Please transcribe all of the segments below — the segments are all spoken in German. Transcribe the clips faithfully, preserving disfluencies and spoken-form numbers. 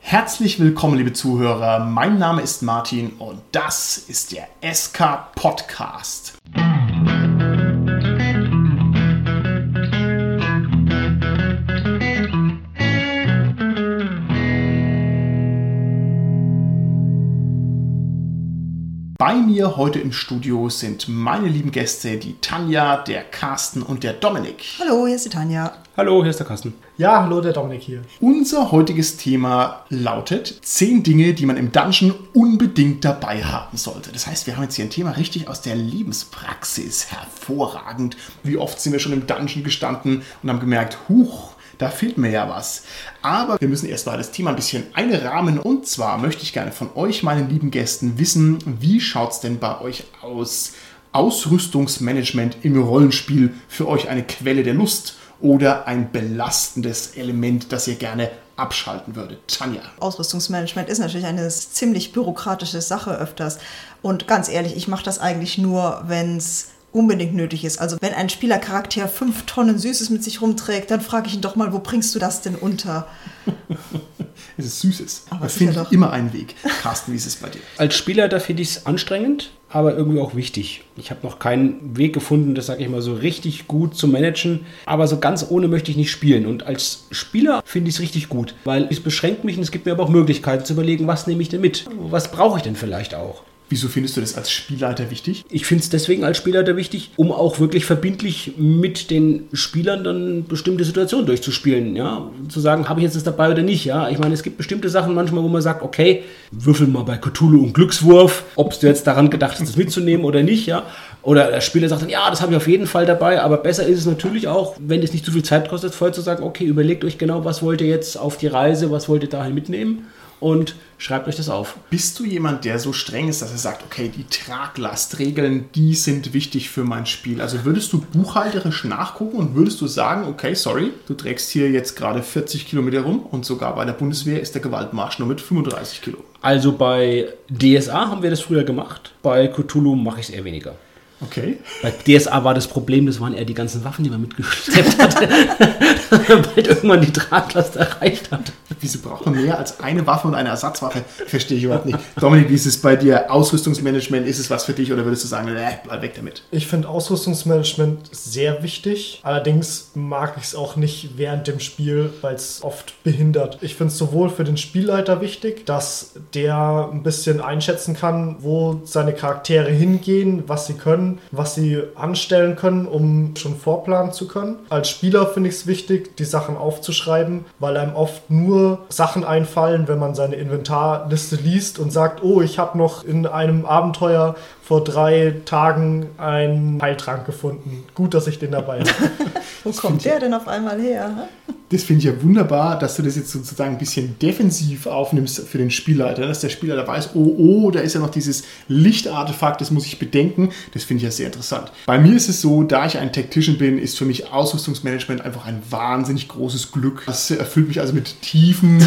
Herzlich willkommen, liebe Zuhörer. Mein Name ist Martin und das ist der S K Podcast. Bei mir heute im Studio sind meine lieben Gäste, die Tanja, der Carsten und der Dominik. Hallo, hier ist die Tanja. Hallo, hier ist der Carsten. Ja, hallo, der Dominik hier. Unser heutiges Thema lautet zehn Dinge, die man im Dungeon unbedingt dabei haben sollte. Das heißt, wir haben jetzt hier ein Thema richtig aus der Lebenspraxis. Hervorragend. Wie oft sind wir schon im Dungeon gestanden und haben gemerkt, huch, da fehlt mir ja was. Aber wir müssen erstmal das Thema ein bisschen einrahmen. Und zwar möchte ich gerne von euch, meinen lieben Gästen, wissen, wie schaut es denn bei euch aus? Ausrüstungsmanagement im Rollenspiel für euch eine Quelle der Lust oder ein belastendes Element, das ihr gerne abschalten würdet? Tanja. Ausrüstungsmanagement ist natürlich eine ziemlich bürokratische Sache öfters. Und ganz ehrlich, ich mache das eigentlich nur, wenn es unbedingt nötig ist. Also wenn ein Spielercharakter fünf Tonnen Süßes mit sich rumträgt, dann frage ich ihn doch mal, wo bringst du das denn unter? Es ist Süßes. Aber man findet ja doch immer einen Weg. Carsten, wie ist es bei dir? Als Spielleiter finde ich es anstrengend, aber irgendwie auch wichtig. Ich habe noch keinen Weg gefunden, das sage ich mal so richtig gut zu managen. Aber so ganz ohne möchte ich nicht spielen. Und als Spieler finde ich es richtig gut, weil es beschränkt mich und es gibt mir aber auch Möglichkeiten zu überlegen, was nehme ich denn mit? Was brauche ich denn vielleicht auch? Wieso findest du das als Spielleiter wichtig? Ich finde es deswegen als Spielleiter wichtig, um auch wirklich verbindlich mit den Spielern dann bestimmte Situationen durchzuspielen. Ja? Zu sagen, habe ich jetzt das dabei oder nicht. Ja? Ich meine, es gibt bestimmte Sachen manchmal, wo man sagt, okay, würfel mal bei Cthulhu und Glückswurf, ob du jetzt daran gedacht hast, das mitzunehmen oder nicht. Ja? Oder der Spieler sagt dann, ja, das habe ich auf jeden Fall dabei. Aber besser ist es natürlich auch, wenn es nicht zu viel Zeit kostet, vorher zu sagen, okay, überlegt euch genau, was wollt ihr jetzt auf die Reise, was wollt ihr dahin mitnehmen? Und schreibt euch das auf. Bist du jemand, der so streng ist, dass er sagt, okay, die Traglastregeln, die sind wichtig für mein Spiel? Also würdest du buchhalterisch nachgucken und würdest du sagen, okay, sorry, du trägst hier jetzt gerade vierzig Kilometer rum und sogar bei der Bundeswehr ist der Gewaltmarsch nur mit fünfunddreißig Kilo? Also bei D S A haben wir das früher gemacht, bei Cthulhu mache ich es eher weniger. Okay. Bei D S A war das Problem, das waren eher die ganzen Waffen, die man mitgeschleppt hatte, weil irgendwann die Traglast erreicht hat. Wieso braucht man mehr als eine Waffe und eine Ersatzwaffe? Verstehe ich überhaupt nicht. Dominik, wie ist es bei dir? Ausrüstungsmanagement, ist es was für dich oder würdest du sagen, äh, bleib weg damit? Ich finde Ausrüstungsmanagement sehr wichtig. Allerdings mag ich es auch nicht während dem Spiel, weil es oft behindert. Ich finde es sowohl für den Spielleiter wichtig, dass der ein bisschen einschätzen kann, wo seine Charaktere hingehen, was sie können, was sie anstellen können, um schon vorplanen zu können. Als Spieler finde ich es wichtig, die Sachen aufzuschreiben, weil einem oft nur Sachen einfallen, wenn man seine Inventarliste liest und sagt, oh, ich habe noch in einem Abenteuer vor drei Tagen einen Heiltrank gefunden. Gut, dass ich den dabei habe. Wo kommt der denn auf einmal her? Das finde ich ja wunderbar, dass du das jetzt sozusagen ein bisschen defensiv aufnimmst für den Spielleiter, dass der Spielleiter weiß, oh, oh, da ist ja noch dieses Lichtartefakt, das muss ich bedenken. Das finde ich ja sehr interessant. Bei mir ist es so, da ich ein Tactician bin, ist für mich Ausrüstungsmanagement einfach ein wahnsinnig großes Glück. Das erfüllt mich also mit tiefem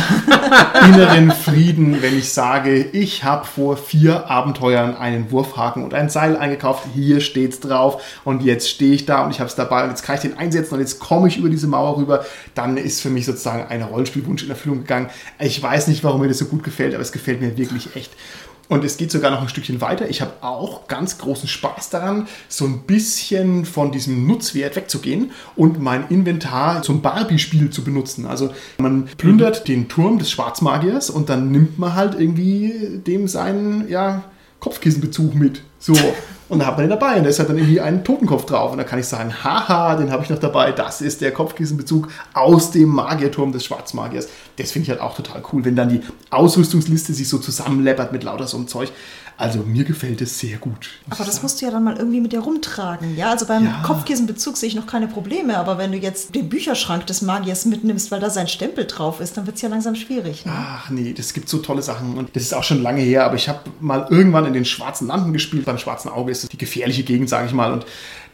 inneren Frieden, wenn ich sage, ich habe vor vier Abenteuern einen Wurfhaken und ein Seil eingekauft, hier steht's drauf und jetzt stehe ich da und ich habe es dabei und jetzt kann ich den einsetzen und jetzt komme ich über diese Mauer rüber, dann ist für mich sozusagen ein Rollenspielwunsch in Erfüllung gegangen. Ich weiß nicht, warum mir das so gut gefällt, aber es gefällt mir wirklich echt. Und es geht sogar noch ein Stückchen weiter. Ich habe auch ganz großen Spaß daran, so ein bisschen von diesem Nutzwert wegzugehen und mein Inventar zum Barbie-Spiel zu benutzen. Also man plündert den Turm des Schwarzmagiers und dann nimmt man halt irgendwie dem seinen, ja, Kopfkissenbezug mit. So. Und da hat man den dabei und da ist halt dann irgendwie ein Totenkopf drauf. Und da kann ich sagen, haha, den habe ich noch dabei. Das ist der Kopfkissenbezug aus dem Magierturm des Schwarzmagiers. Das finde ich halt auch total cool, wenn dann die Ausrüstungsliste sich so zusammenleppert mit lauter so einem Zeug. Also mir gefällt es sehr gut. Aber das musst du ja dann mal irgendwie mit dir rumtragen. Ja, also beim ja. Kopfkissenbezug sehe ich noch keine Probleme. Aber wenn du jetzt den Bücherschrank des Magiers mitnimmst, weil da sein Stempel drauf ist, dann wird es ja langsam schwierig. Ne? Ach nee, das gibt so tolle Sachen. Und das ist auch schon lange her. Aber ich habe mal irgendwann in den Schwarzen Landen gespielt. Beim Schwarzen Auge ist es die gefährliche Gegend, sage ich mal. Und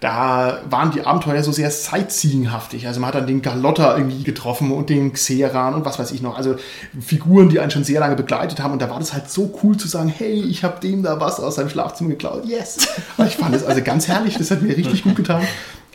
da waren die Abenteuer so sehr sightseeinghaftig. Also man hat dann den Galotta irgendwie getroffen und den Xeran und was weiß ich noch. Also Figuren, die einen schon sehr lange begleitet haben. Und da war das halt so cool zu sagen, hey, ich habe dem da was aus seinem Schlafzimmer geklaut. Yes! Ich fand das also ganz herrlich. Das hat mir richtig gut getan.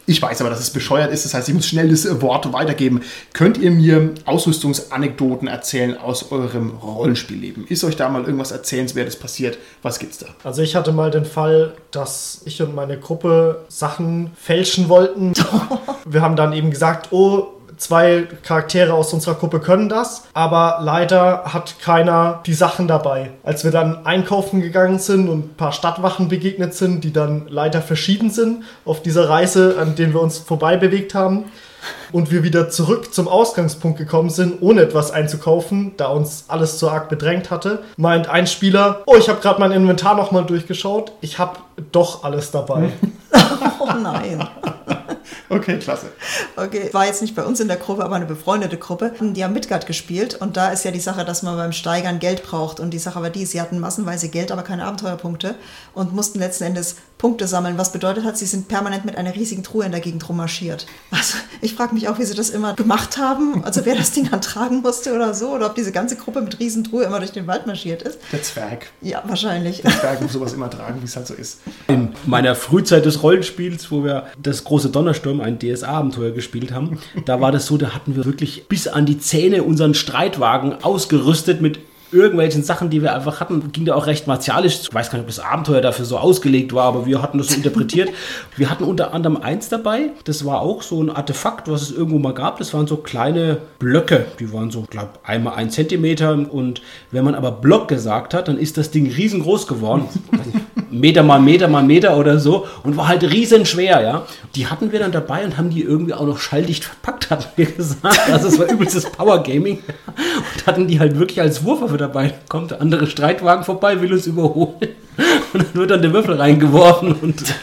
Ich weiß aber, dass es bescheuert ist, das heißt, ich muss schnell das Wort weitergeben. Könnt ihr mir Ausrüstungsanekdoten erzählen aus eurem Rollenspielleben? Ist euch da mal irgendwas Erzählenswertes passiert? Was gibt's da? Also ich hatte mal den Fall, dass ich und meine Gruppe Sachen fälschen wollten. Wir haben dann eben gesagt, oh, zwei Charaktere aus unserer Gruppe können das, aber leider hat keiner die Sachen dabei. Als wir dann einkaufen gegangen sind und ein paar Stadtwachen begegnet sind, die dann leider verschieden sind auf dieser Reise, an denen wir uns vorbei bewegt haben, und wir wieder zurück zum Ausgangspunkt gekommen sind, ohne etwas einzukaufen, da uns alles so arg bedrängt hatte, meint ein Spieler, oh, ich habe gerade mein Inventar nochmal durchgeschaut, ich habe doch alles dabei. Oh nein. Okay, klasse. Okay, war jetzt nicht bei uns in der Gruppe, aber eine befreundete Gruppe. Die haben Midgard gespielt und da ist ja die Sache, dass man beim Steigern Geld braucht. Und die Sache war die, sie hatten massenweise Geld, aber keine Abenteuerpunkte und mussten letzten Endes Punkte sammeln. Was bedeutet hat, sie sind permanent mit einer riesigen Truhe in der Gegend rummarschiert. Also ich frage mich auch, wie sie das immer gemacht haben. Also wer das Ding dann tragen musste oder so. Oder ob diese ganze Gruppe mit riesen Truhe immer durch den Wald marschiert ist. Der Zwerg. Ja, wahrscheinlich. Der Zwerg muss sowas immer tragen, wie es halt so ist. In meiner Frühzeit des Rollenspiels, wo wir das große Donnersturm, ein D S A-Abenteuer gespielt haben, da war das so, da hatten wir wirklich bis an die Zähne unseren Streitwagen ausgerüstet mit irgendwelchen Sachen, die wir einfach hatten. Ging da auch recht martialisch. Ich weiß gar nicht, ob das Abenteuer dafür so ausgelegt war, aber wir hatten das so interpretiert. Wir hatten unter anderem eins dabei, das war auch so ein Artefakt, was es irgendwo mal gab. Das waren so kleine Blöcke, die waren so, ich glaube, einmal ein Zentimeter. Und wenn man aber Block gesagt hat, dann ist das Ding riesengroß geworden. Meter mal Meter mal Meter oder so und war halt riesenschwer, ja. Die hatten wir dann dabei und haben die irgendwie auch noch schalldicht verpackt, hatten wir gesagt. Also es war übelstes Power Gaming und hatten die halt wirklich als Wurfwaffe dabei. Kommt der andere Streitwagen vorbei, will uns überholen und dann wird dann der Würfel reingeworfen und, und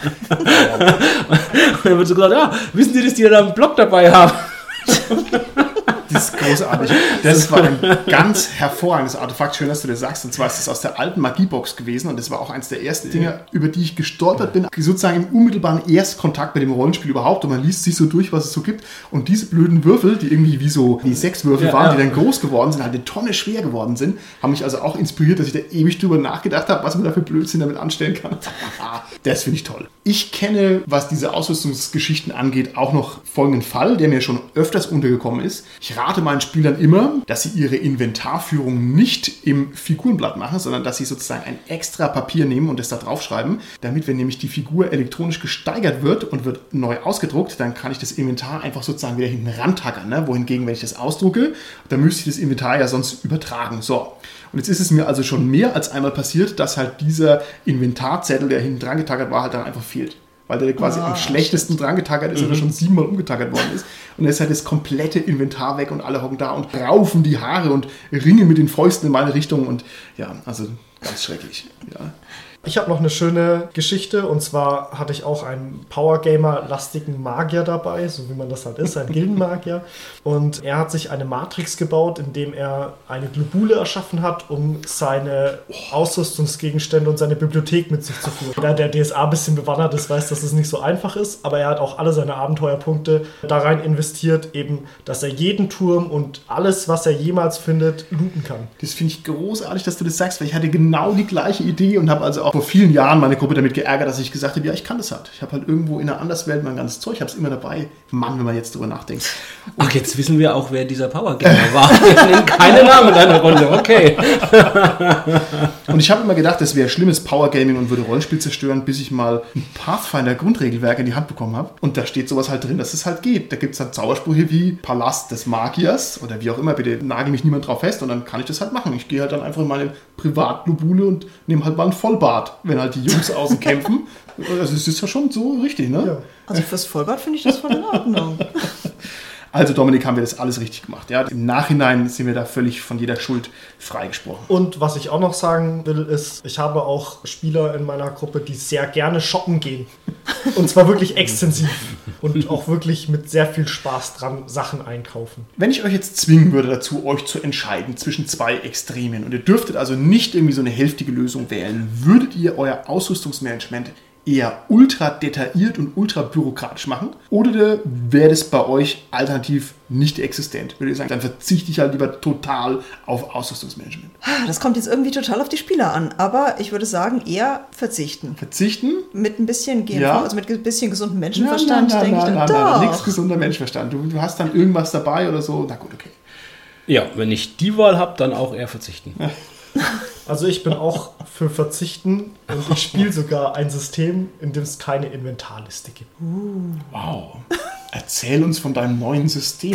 dann wird so gesagt, ja, wissen Sie, dass die da einen Block dabei haben? Das ist großartig. Das war ein ganz hervorragendes Artefakt. Schön, dass du das sagst. Und zwar ist das aus der alten Magiebox gewesen. Und das war auch eines der ersten Dinge, über die ich gestolpert bin. Sozusagen im unmittelbaren Erstkontakt mit dem Rollenspiel überhaupt. Und man liest sich so durch, was es so gibt. Und diese blöden Würfel, die irgendwie wie so die Sechswürfel ja, waren, ja. die dann groß geworden sind, halt eine Tonne schwer geworden sind, haben mich also auch inspiriert, dass ich da ewig drüber nachgedacht habe, was man da für Blödsinn damit anstellen kann. Das finde ich toll. Ich kenne, was diese Ausrüstungsgeschichten angeht, auch noch folgenden Fall, der mir schon öfters untergekommen ist. Ich rate meinen Spielern immer, dass sie ihre Inventarführung nicht im Figurenblatt machen, sondern dass sie sozusagen ein extra Papier nehmen und das da draufschreiben, damit, wenn nämlich die Figur elektronisch gesteigert wird und wird neu ausgedruckt, dann kann ich das Inventar einfach sozusagen wieder hinten rantackern. Ne? Wohingegen, wenn ich das ausdrucke, dann müsste ich das Inventar ja sonst übertragen. So. Und jetzt ist es mir also schon mehr als einmal passiert, dass halt dieser Inventarzettel, der hinten dran getackert war, halt dann einfach fehlt. Weil der quasi ah, am schlechtesten dran getackert ist, mhm. oder schon siebenmal umgetackert worden ist. Und dann ist halt das komplette Inventar weg und alle hocken da und raufen die Haare und ringen mit den Fäusten in meine Richtung. Und ja, also ganz schrecklich. Ja. Ich habe noch eine schöne Geschichte, und zwar hatte ich auch einen Powergamer-lastigen Magier dabei, so wie man das halt ist, ein Gildenmagier. Und er hat sich eine Matrix gebaut, indem er eine Globule erschaffen hat, um seine Ausrüstungsgegenstände und seine Bibliothek mit sich zu führen. Jeder, der D S A ein bisschen bewandert ist, weiß, dass es nicht so einfach ist, aber er hat auch alle seine Abenteuerpunkte da rein investiert, eben, dass er jeden Turm und alles, was er jemals findet, looten kann. Das finde ich großartig, dass du das sagst, weil ich hatte genau die gleiche Idee und habe also auch vor vielen Jahren meine Gruppe damit geärgert, dass ich gesagt habe, ja, ich kann das halt. Ich habe halt irgendwo in einer Anderswelt mein ganzes Zeug, ich habe es immer dabei. Mann, wenn man jetzt drüber nachdenkt. Und Ach, jetzt wissen wir auch, wer dieser Powergamer war. Wir nennen keine Namen in einer Runde, okay. Und ich habe immer gedacht, das wäre schlimmes Powergaming und würde Rollenspiel zerstören, bis ich mal ein Pathfinder-Grundregelwerk in die Hand bekommen habe. Und da steht sowas halt drin, dass es halt geht. Da gibt es halt Zaubersprüche wie Palast des Magiers oder wie auch immer, bitte nagel mich niemand drauf fest und dann kann ich das halt machen. Ich gehe halt dann einfach in meine Privatglobule und nehme halt mal einen Vollbart, wenn halt die Jungs außen kämpfen. Also es ist ja schon so richtig, ne? Ja. Also fürs Vollbart finde ich das voll in Ordnung. Also Dominik, haben wir das alles richtig gemacht. Ja? Im Nachhinein sind wir da völlig von jeder Schuld freigesprochen. Und was ich auch noch sagen will, ist, ich habe auch Spieler in meiner Gruppe, die sehr gerne shoppen gehen. Und zwar wirklich extensiv. Und auch wirklich mit sehr viel Spaß dran Sachen einkaufen. Wenn ich euch jetzt zwingen würde dazu, euch zu entscheiden zwischen zwei Extremen und ihr dürftet also nicht irgendwie so eine hälftige Lösung wählen, würdet ihr euer Ausrüstungsmanagement eher ultra detailliert und ultra bürokratisch machen? Oder wäre das bei euch alternativ nicht existent? Würde ich sagen, dann verzichte ich halt lieber total auf Ausrüstungsmanagement. Das kommt jetzt irgendwie total auf die Spieler an, aber ich würde sagen, eher verzichten. Verzichten? Mit ein bisschen G M V, Ja. also mit ein bisschen gesundem Menschenverstand, nein, nein, denke ich nein, dann, nein, nein, doch. nichts gesunder Menschenverstand. Du, du hast dann irgendwas dabei oder so. Na gut, okay. Ja, wenn ich die Wahl habe, dann auch eher verzichten. Also ich bin auch für Verzichten und ich spiele sogar ein System, in dem es keine Inventarliste gibt. Wow. Erzähl uns von deinem neuen System.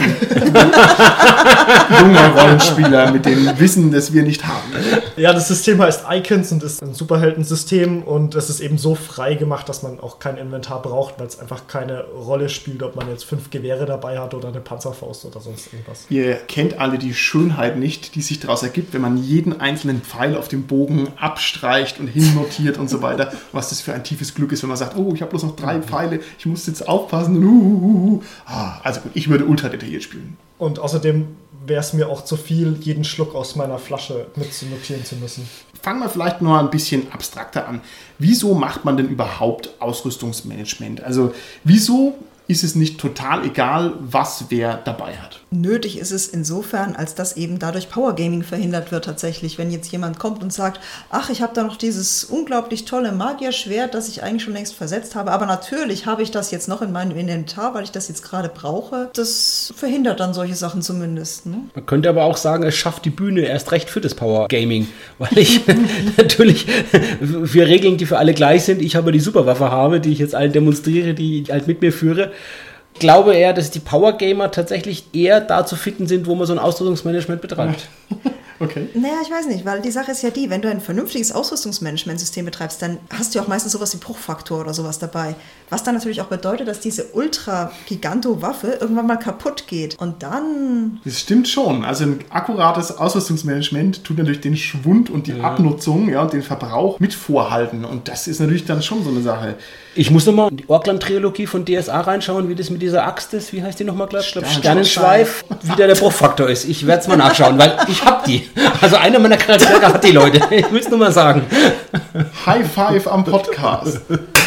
Junger Rollenspieler mit dem Wissen, das wir nicht haben. Ja, das System heißt Icons und ist ein Superheldensystem und es ist eben so frei gemacht, dass man auch kein Inventar braucht, weil es einfach keine Rolle spielt, ob man jetzt fünf Gewehre dabei hat oder eine Panzerfaust oder sonst irgendwas. Ihr kennt alle die Schönheit nicht, die sich daraus ergibt, wenn man jeden einzelnen Pfeil auf dem Bogen abstreicht und hinnotiert und so weiter. Was das für ein tiefes Glück ist, wenn man sagt, oh, ich habe bloß noch drei Pfeile, ich muss jetzt aufpassen. Und, uh, uh, uh. Ah, also gut, ich würde ultra detailliert spielen. Und außerdem wäre es mir auch zu viel, jeden Schluck aus meiner Flasche mitzunotieren zu müssen. Fangen wir vielleicht noch ein bisschen abstrakter an. Wieso macht man denn überhaupt Ausrüstungsmanagement? Also wieso ist es nicht total egal, was wer dabei hat? Nötig ist es insofern, als dass eben dadurch Powergaming verhindert wird tatsächlich. Wenn jetzt jemand kommt und sagt, ach, ich habe da noch dieses unglaublich tolle Magierschwert, das ich eigentlich schon längst versetzt habe, aber natürlich habe ich das jetzt noch in meinem Inventar, weil ich das jetzt gerade brauche. Das verhindert dann solche Sachen zumindest. Ne? Man könnte aber auch sagen, es schafft die Bühne erst recht für das Power Gaming, weil ich natürlich für Regeln, die für alle gleich sind, ich aber die Superwaffe habe, die ich jetzt allen demonstriere, die ich halt mit mir führe. Glaube eher, dass die Power Gamer tatsächlich eher da zu finden sind, wo man so ein Ausrüstungsmanagement betreibt. Okay. Naja, ich weiß nicht, weil die Sache ist ja die, wenn du ein vernünftiges Ausrüstungsmanagementsystem betreibst, dann hast du ja auch meistens sowas wie Bruchfaktor oder sowas dabei. Was dann natürlich auch bedeutet, dass diese Ultra-Giganto-Waffe irgendwann mal kaputt geht. Und dann... Das stimmt schon. Also ein akkurates Ausrüstungsmanagement tut natürlich den Schwund und die Ja. Abnutzung, ja, und den Verbrauch mit vorhalten. Und das ist natürlich dann schon so eine Sache. Ich muss nochmal in die Orkland-Trilogie von D S A reinschauen, wie das mit dieser Axt ist. Wie heißt die nochmal, glaube ich? Sternenschweif. Sternenschweif, wie da der Bruchfaktor ist. Ich werde es mal nachschauen, weil ich hab die. Also einer meiner Charaktere hat die, Leute. Ich will es nur mal sagen. High Five am Podcast.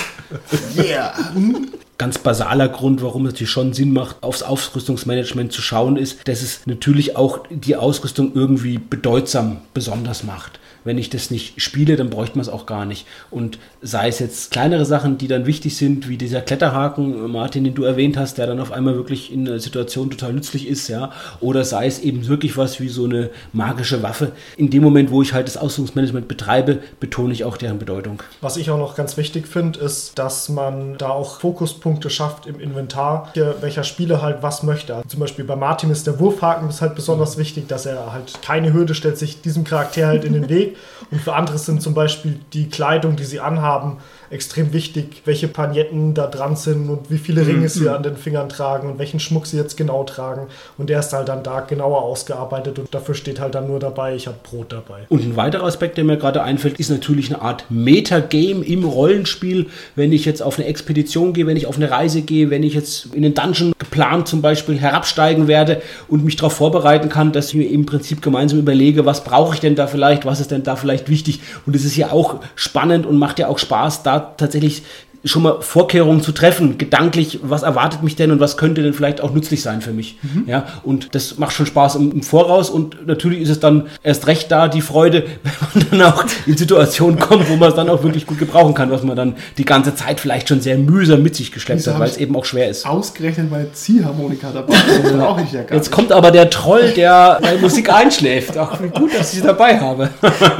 Yeah. Ganz basaler Grund, warum es natürlich schon Sinn macht, aufs Ausrüstungsmanagement zu schauen, ist, dass es natürlich auch die Ausrüstung irgendwie bedeutsam besonders macht. Wenn ich das nicht spiele, dann bräuchte man es auch gar nicht. Und sei es jetzt kleinere Sachen, die dann wichtig sind, wie dieser Kletterhaken, Martin, den du erwähnt hast, der dann auf einmal wirklich in einer Situation total nützlich ist, ja, oder sei es eben wirklich was wie so eine magische Waffe. In dem Moment, wo ich halt das Ausrüstungsmanagement betreibe, betone ich auch deren Bedeutung. Was ich auch noch ganz wichtig finde, ist, dass man da auch Fokuspunkte schafft im Inventar, welcher Spieler halt was möchte. Also zum Beispiel bei Martin ist der Wurfhaken ist halt besonders wichtig, dass er halt keine Hürde stellt, sich diesem Charakter halt in den Weg. Und für andere sind zum Beispiel die Kleidung, die sie anhaben, extrem wichtig, welche Pagnetten da dran sind und wie viele Ringe sie an den Fingern tragen und welchen Schmuck sie jetzt genau tragen. Und der ist halt dann da genauer ausgearbeitet und dafür steht halt dann nur dabei, ich habe Brot dabei. Und ein weiterer Aspekt, der mir gerade einfällt, ist natürlich eine Art Metagame im Rollenspiel. Wenn ich jetzt auf eine Expedition gehe, wenn ich auf eine Reise gehe, wenn ich jetzt in den Dungeon geplant zum Beispiel herabsteigen werde und mich darauf vorbereiten kann, dass ich mir im Prinzip gemeinsam überlege, was brauche ich denn da vielleicht, was ist denn da vielleicht wichtig. Und es ist ja auch spannend und macht ja auch Spaß, da tatsächlich schon mal Vorkehrungen zu treffen, gedanklich, was erwartet mich denn und was könnte denn vielleicht auch nützlich sein für mich. Mhm. Ja, und das macht schon Spaß im, im Voraus und natürlich ist es dann erst recht da, die Freude, wenn man dann auch in Situationen kommt, wo man es dann auch wirklich gut gebrauchen kann, was man dann die ganze Zeit vielleicht schon sehr mühsam mit sich geschleppt Wieso hat, weil es eben auch schwer ist. Ausgerechnet meine Ziehharmonika dabei. Das brauche ich ja gar Jetzt nicht. kommt aber der Troll, der bei Musik einschläft. Ach, wie gut, dass ich sie dabei habe.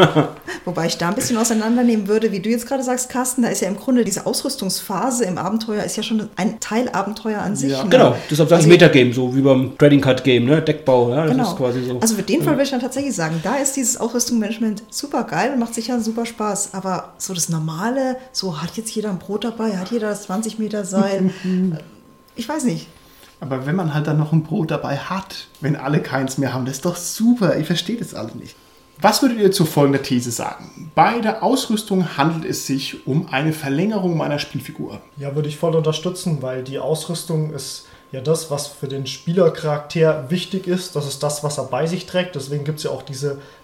Wobei ich da ein bisschen auseinandernehmen würde, wie du jetzt gerade sagst, Carsten, da ist ja im Grunde diese Ausrüstungsphase im Abenteuer ist ja schon ein Teilabenteuer an sich. Ja. Ne? Genau, deshalb sage ich Also- Metagame, so wie beim Trading Card Game, ne? Deckbau, ja, das Genau. ist quasi so. Also für den Fall würde ich dann tatsächlich sagen, da ist dieses Ausrüstungsmanagement super geil und macht sicher super Spaß. Aber so das Normale, so hat jetzt jeder ein Brot dabei, hat jeder das zwanzig Meter Seil. Ich weiß nicht. Aber wenn man halt dann noch ein Brot dabei hat, wenn alle keins mehr haben, das ist doch super. Ich verstehe das alle nicht. Was würdet ihr zu folgender These sagen? Bei der Ausrüstung handelt es sich um eine Verlängerung meiner Spielfigur. Ja, würde ich voll unterstützen, weil die Ausrüstung ist ja das, was für den Spielercharakter wichtig ist. Das ist das, was er bei sich trägt. Deswegen gibt es ja auch diese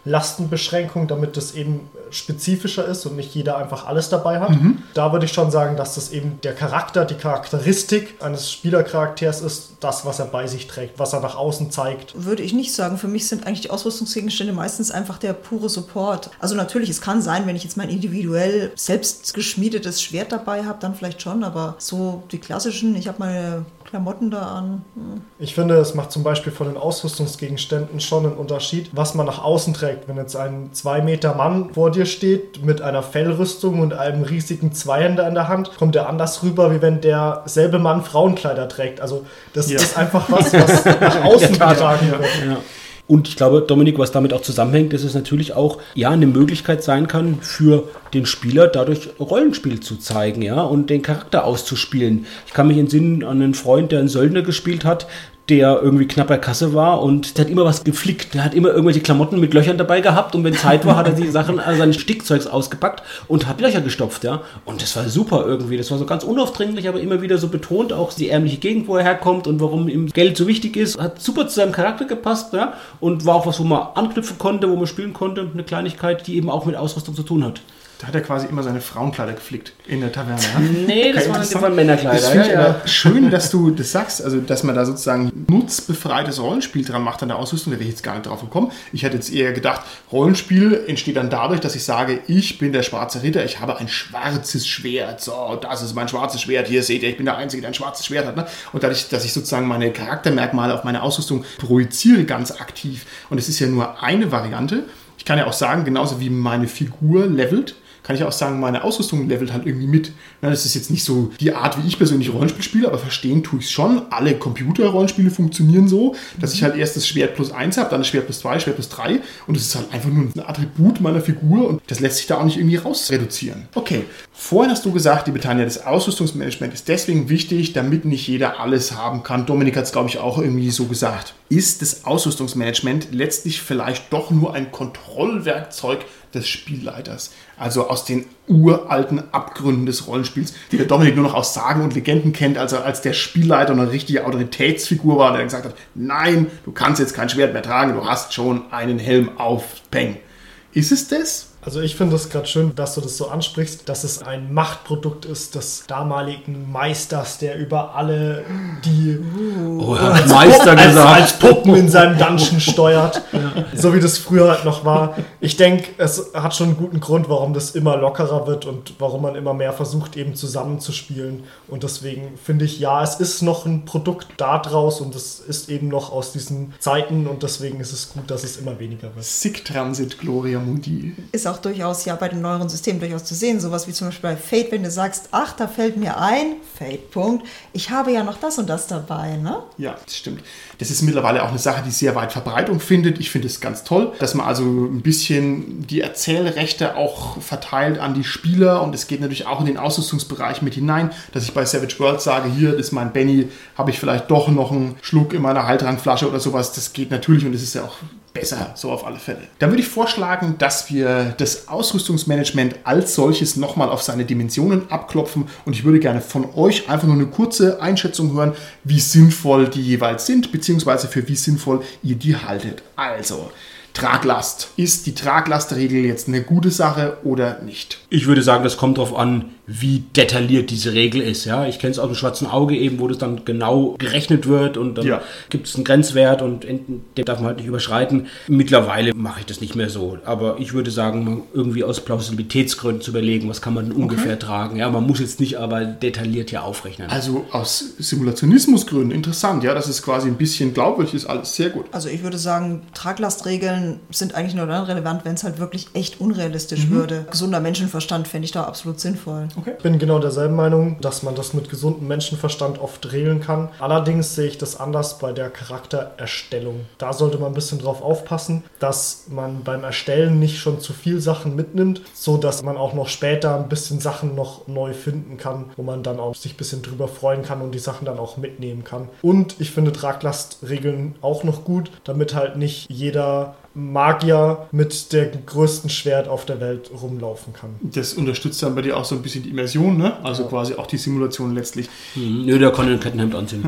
Lastenbeschränkung, damit das eben spezifischer ist und nicht jeder einfach alles dabei hat. Mhm. Da würde ich schon sagen, dass das eben der Charakter, die Charakteristik eines Spielercharakters ist, das, was er bei sich trägt, was er nach außen zeigt. Würde ich nicht sagen. Für mich sind eigentlich die Ausrüstungsgegenstände meistens einfach der pure Support. Also natürlich, es kann sein, wenn ich jetzt mein individuell selbst geschmiedetes Schwert dabei habe, dann vielleicht schon, aber so die klassischen, ich habe meine Klamotten da an. Hm. Ich finde, es macht zum Beispiel von den Ausrüstungsgegenständen schon einen Unterschied, was man nach außen trägt. Wenn jetzt ein zwei Meter Mann vor dir steht mit einer Fellrüstung und einem riesigen Zweihänder in der Hand, kommt er anders rüber, wie wenn derselbe Mann Frauenkleider trägt. Also das ja. ist einfach was, was nach außen getragen wird. Ja. Und ich glaube, Dominik, was damit auch zusammenhängt, dass es natürlich auch ja eine Möglichkeit sein kann für den Spieler, dadurch Rollenspiel zu zeigen, ja, und den Charakter auszuspielen. Ich kann mich entsinnen an einen Freund, der einen Söldner gespielt hat, der irgendwie knapp bei Kasse war und der hat immer was geflickt. Der hat immer irgendwelche Klamotten mit Löchern dabei gehabt und wenn Zeit war, hat er die Sachen, also seine Stickzeugs ausgepackt und hat Löcher gestopft, ja. Und das war super irgendwie. Das war so ganz unaufdringlich, aber immer wieder so betont, auch die ärmliche Gegend, wo er herkommt und warum ihm Geld so wichtig ist. Hat super zu seinem Charakter gepasst, ja. Und war auch was, wo man anknüpfen konnte, wo man spielen konnte. Eine Kleinigkeit, die eben auch mit Ausrüstung zu tun hat. Da hat er quasi immer seine Frauenkleider geflickt in der Taverne. Ja? Nee, das waren, waren Männerkleider. Das finde ich ja, ja. aber schön, dass du das sagst, also dass man da sozusagen nutzbefreites Rollenspiel dran macht an der Ausrüstung. Da wäre ich jetzt gar nicht drauf gekommen. Ich hätte jetzt eher gedacht, Rollenspiel entsteht dann dadurch, dass ich sage, ich bin der schwarze Ritter, ich habe ein schwarzes Schwert. So, das ist mein schwarzes Schwert. Hier seht ihr, ich bin der Einzige, der ein schwarzes Schwert hat. Ne? Und dadurch, dass ich sozusagen meine Charaktermerkmale auf meine Ausrüstung projiziere, ganz aktiv. Und es ist ja nur eine Variante. Ich kann ja auch sagen, genauso wie meine Figur levelt, kann ich auch sagen, meine Ausrüstung levelt halt irgendwie mit. Ja, das ist jetzt nicht so die Art, wie ich persönlich Rollenspiel spiele, aber verstehen tue ich es schon. Alle Computer-Rollenspiele funktionieren so, dass ich halt erst das Schwert plus eins habe, dann das Schwert plus zwei, Schwert plus drei und das ist halt einfach nur ein Attribut meiner Figur und das lässt sich da auch nicht irgendwie raus reduzieren. Okay, vorhin hast du gesagt, liebe Tanja, das Ausrüstungsmanagement ist deswegen wichtig, damit nicht jeder alles haben kann. Dominik hat es, glaube ich, auch irgendwie so gesagt. Ist das Ausrüstungsmanagement letztlich vielleicht doch nur ein Kontrollwerkzeug des Spielleiters? Also aus den uralten Abgründen des Rollenspiels, die der Dominik nur noch aus Sagen und Legenden kennt, also als der Spielleiter eine richtige Autoritätsfigur war, der gesagt hat, nein, du kannst jetzt kein Schwert mehr tragen, du hast schon einen Helm auf, Peng. Ist es das? Also ich finde es gerade schön, dass du das so ansprichst, dass es ein Machtprodukt ist des damaligen Meisters, der über alle die oh, als, Meister als, als Puppen in seinem Dungeon steuert, ja. So wie das früher halt noch war. Ich denke, es hat schon einen guten Grund, warum das immer lockerer wird und warum man immer mehr versucht, eben zusammenzuspielen. Und deswegen finde ich, ja, es ist noch ein Produkt da draus und es ist eben noch aus diesen Zeiten und deswegen ist es gut, dass es immer weniger wird. Sic transit gloria mundi. Ist auch durchaus ja bei den neueren Systemen durchaus zu sehen, sowas wie zum Beispiel bei Fate, wenn du sagst, ach, da fällt mir ein, Fate, Punkt, ich habe ja noch das und das dabei, ne? Ja, das stimmt. Das ist mittlerweile auch eine Sache, die sehr weit Verbreitung findet. Ich finde es ganz toll, dass man also ein bisschen die Erzählrechte auch verteilt an die Spieler und es geht natürlich auch in den Ausrüstungsbereich mit hinein, dass ich bei Savage Worlds sage, hier, das ist mein Benny, habe ich vielleicht doch noch einen Schluck in meiner Heiltrankflasche oder sowas. Das geht natürlich und das ist ja auch besser, so auf alle Fälle. Dann würde ich vorschlagen, dass wir das Ausrüstungsmanagement als solches nochmal auf seine Dimensionen abklopfen und ich würde gerne von euch einfach nur eine kurze Einschätzung hören, wie sinnvoll die jeweils sind, beziehungsweise für wie sinnvoll ihr die haltet. Also, Traglast. Ist die Traglastregel jetzt eine gute Sache oder nicht? Ich würde sagen, das kommt darauf an, wie detailliert diese Regel ist. Ja, ich kenne es aus dem schwarzen Auge eben, wo das dann genau gerechnet wird und dann ja. gibt es einen Grenzwert und den darf man halt nicht überschreiten. Mittlerweile mache ich das nicht mehr so. Aber ich würde sagen, irgendwie aus Plausibilitätsgründen zu überlegen, was kann man denn ungefähr okay. tragen. Ja, man muss jetzt nicht aber detailliert hier aufrechnen. Also aus Simulationismusgründen interessant. Ja, das ist quasi ein bisschen glaubwürdig, ist alles sehr gut. Also ich würde sagen, Traglastregeln sind eigentlich nur dann relevant, wenn es halt wirklich echt unrealistisch mhm. würde. Gesunder Menschenverstand fände ich da absolut sinnvoll. Okay. Ich bin genau derselben Meinung, dass man das mit gesundem Menschenverstand oft regeln kann. Allerdings sehe ich das anders bei der Charaktererstellung. Da sollte man ein bisschen drauf aufpassen, dass man beim Erstellen nicht schon zu viel Sachen mitnimmt, so dass man auch noch später ein bisschen Sachen noch neu finden kann, wo man dann auch sich ein bisschen drüber freuen kann und die Sachen dann auch mitnehmen kann. Und ich finde Traglastregeln auch noch gut, damit halt nicht jeder Magier mit dem größten Schwert auf der Welt rumlaufen kann. Das unterstützt dann bei dir auch so ein bisschen die Immersion, ne? Also ja. quasi auch die Simulation letztlich. Hm, nö, der kann ein Kettenhemd anziehen.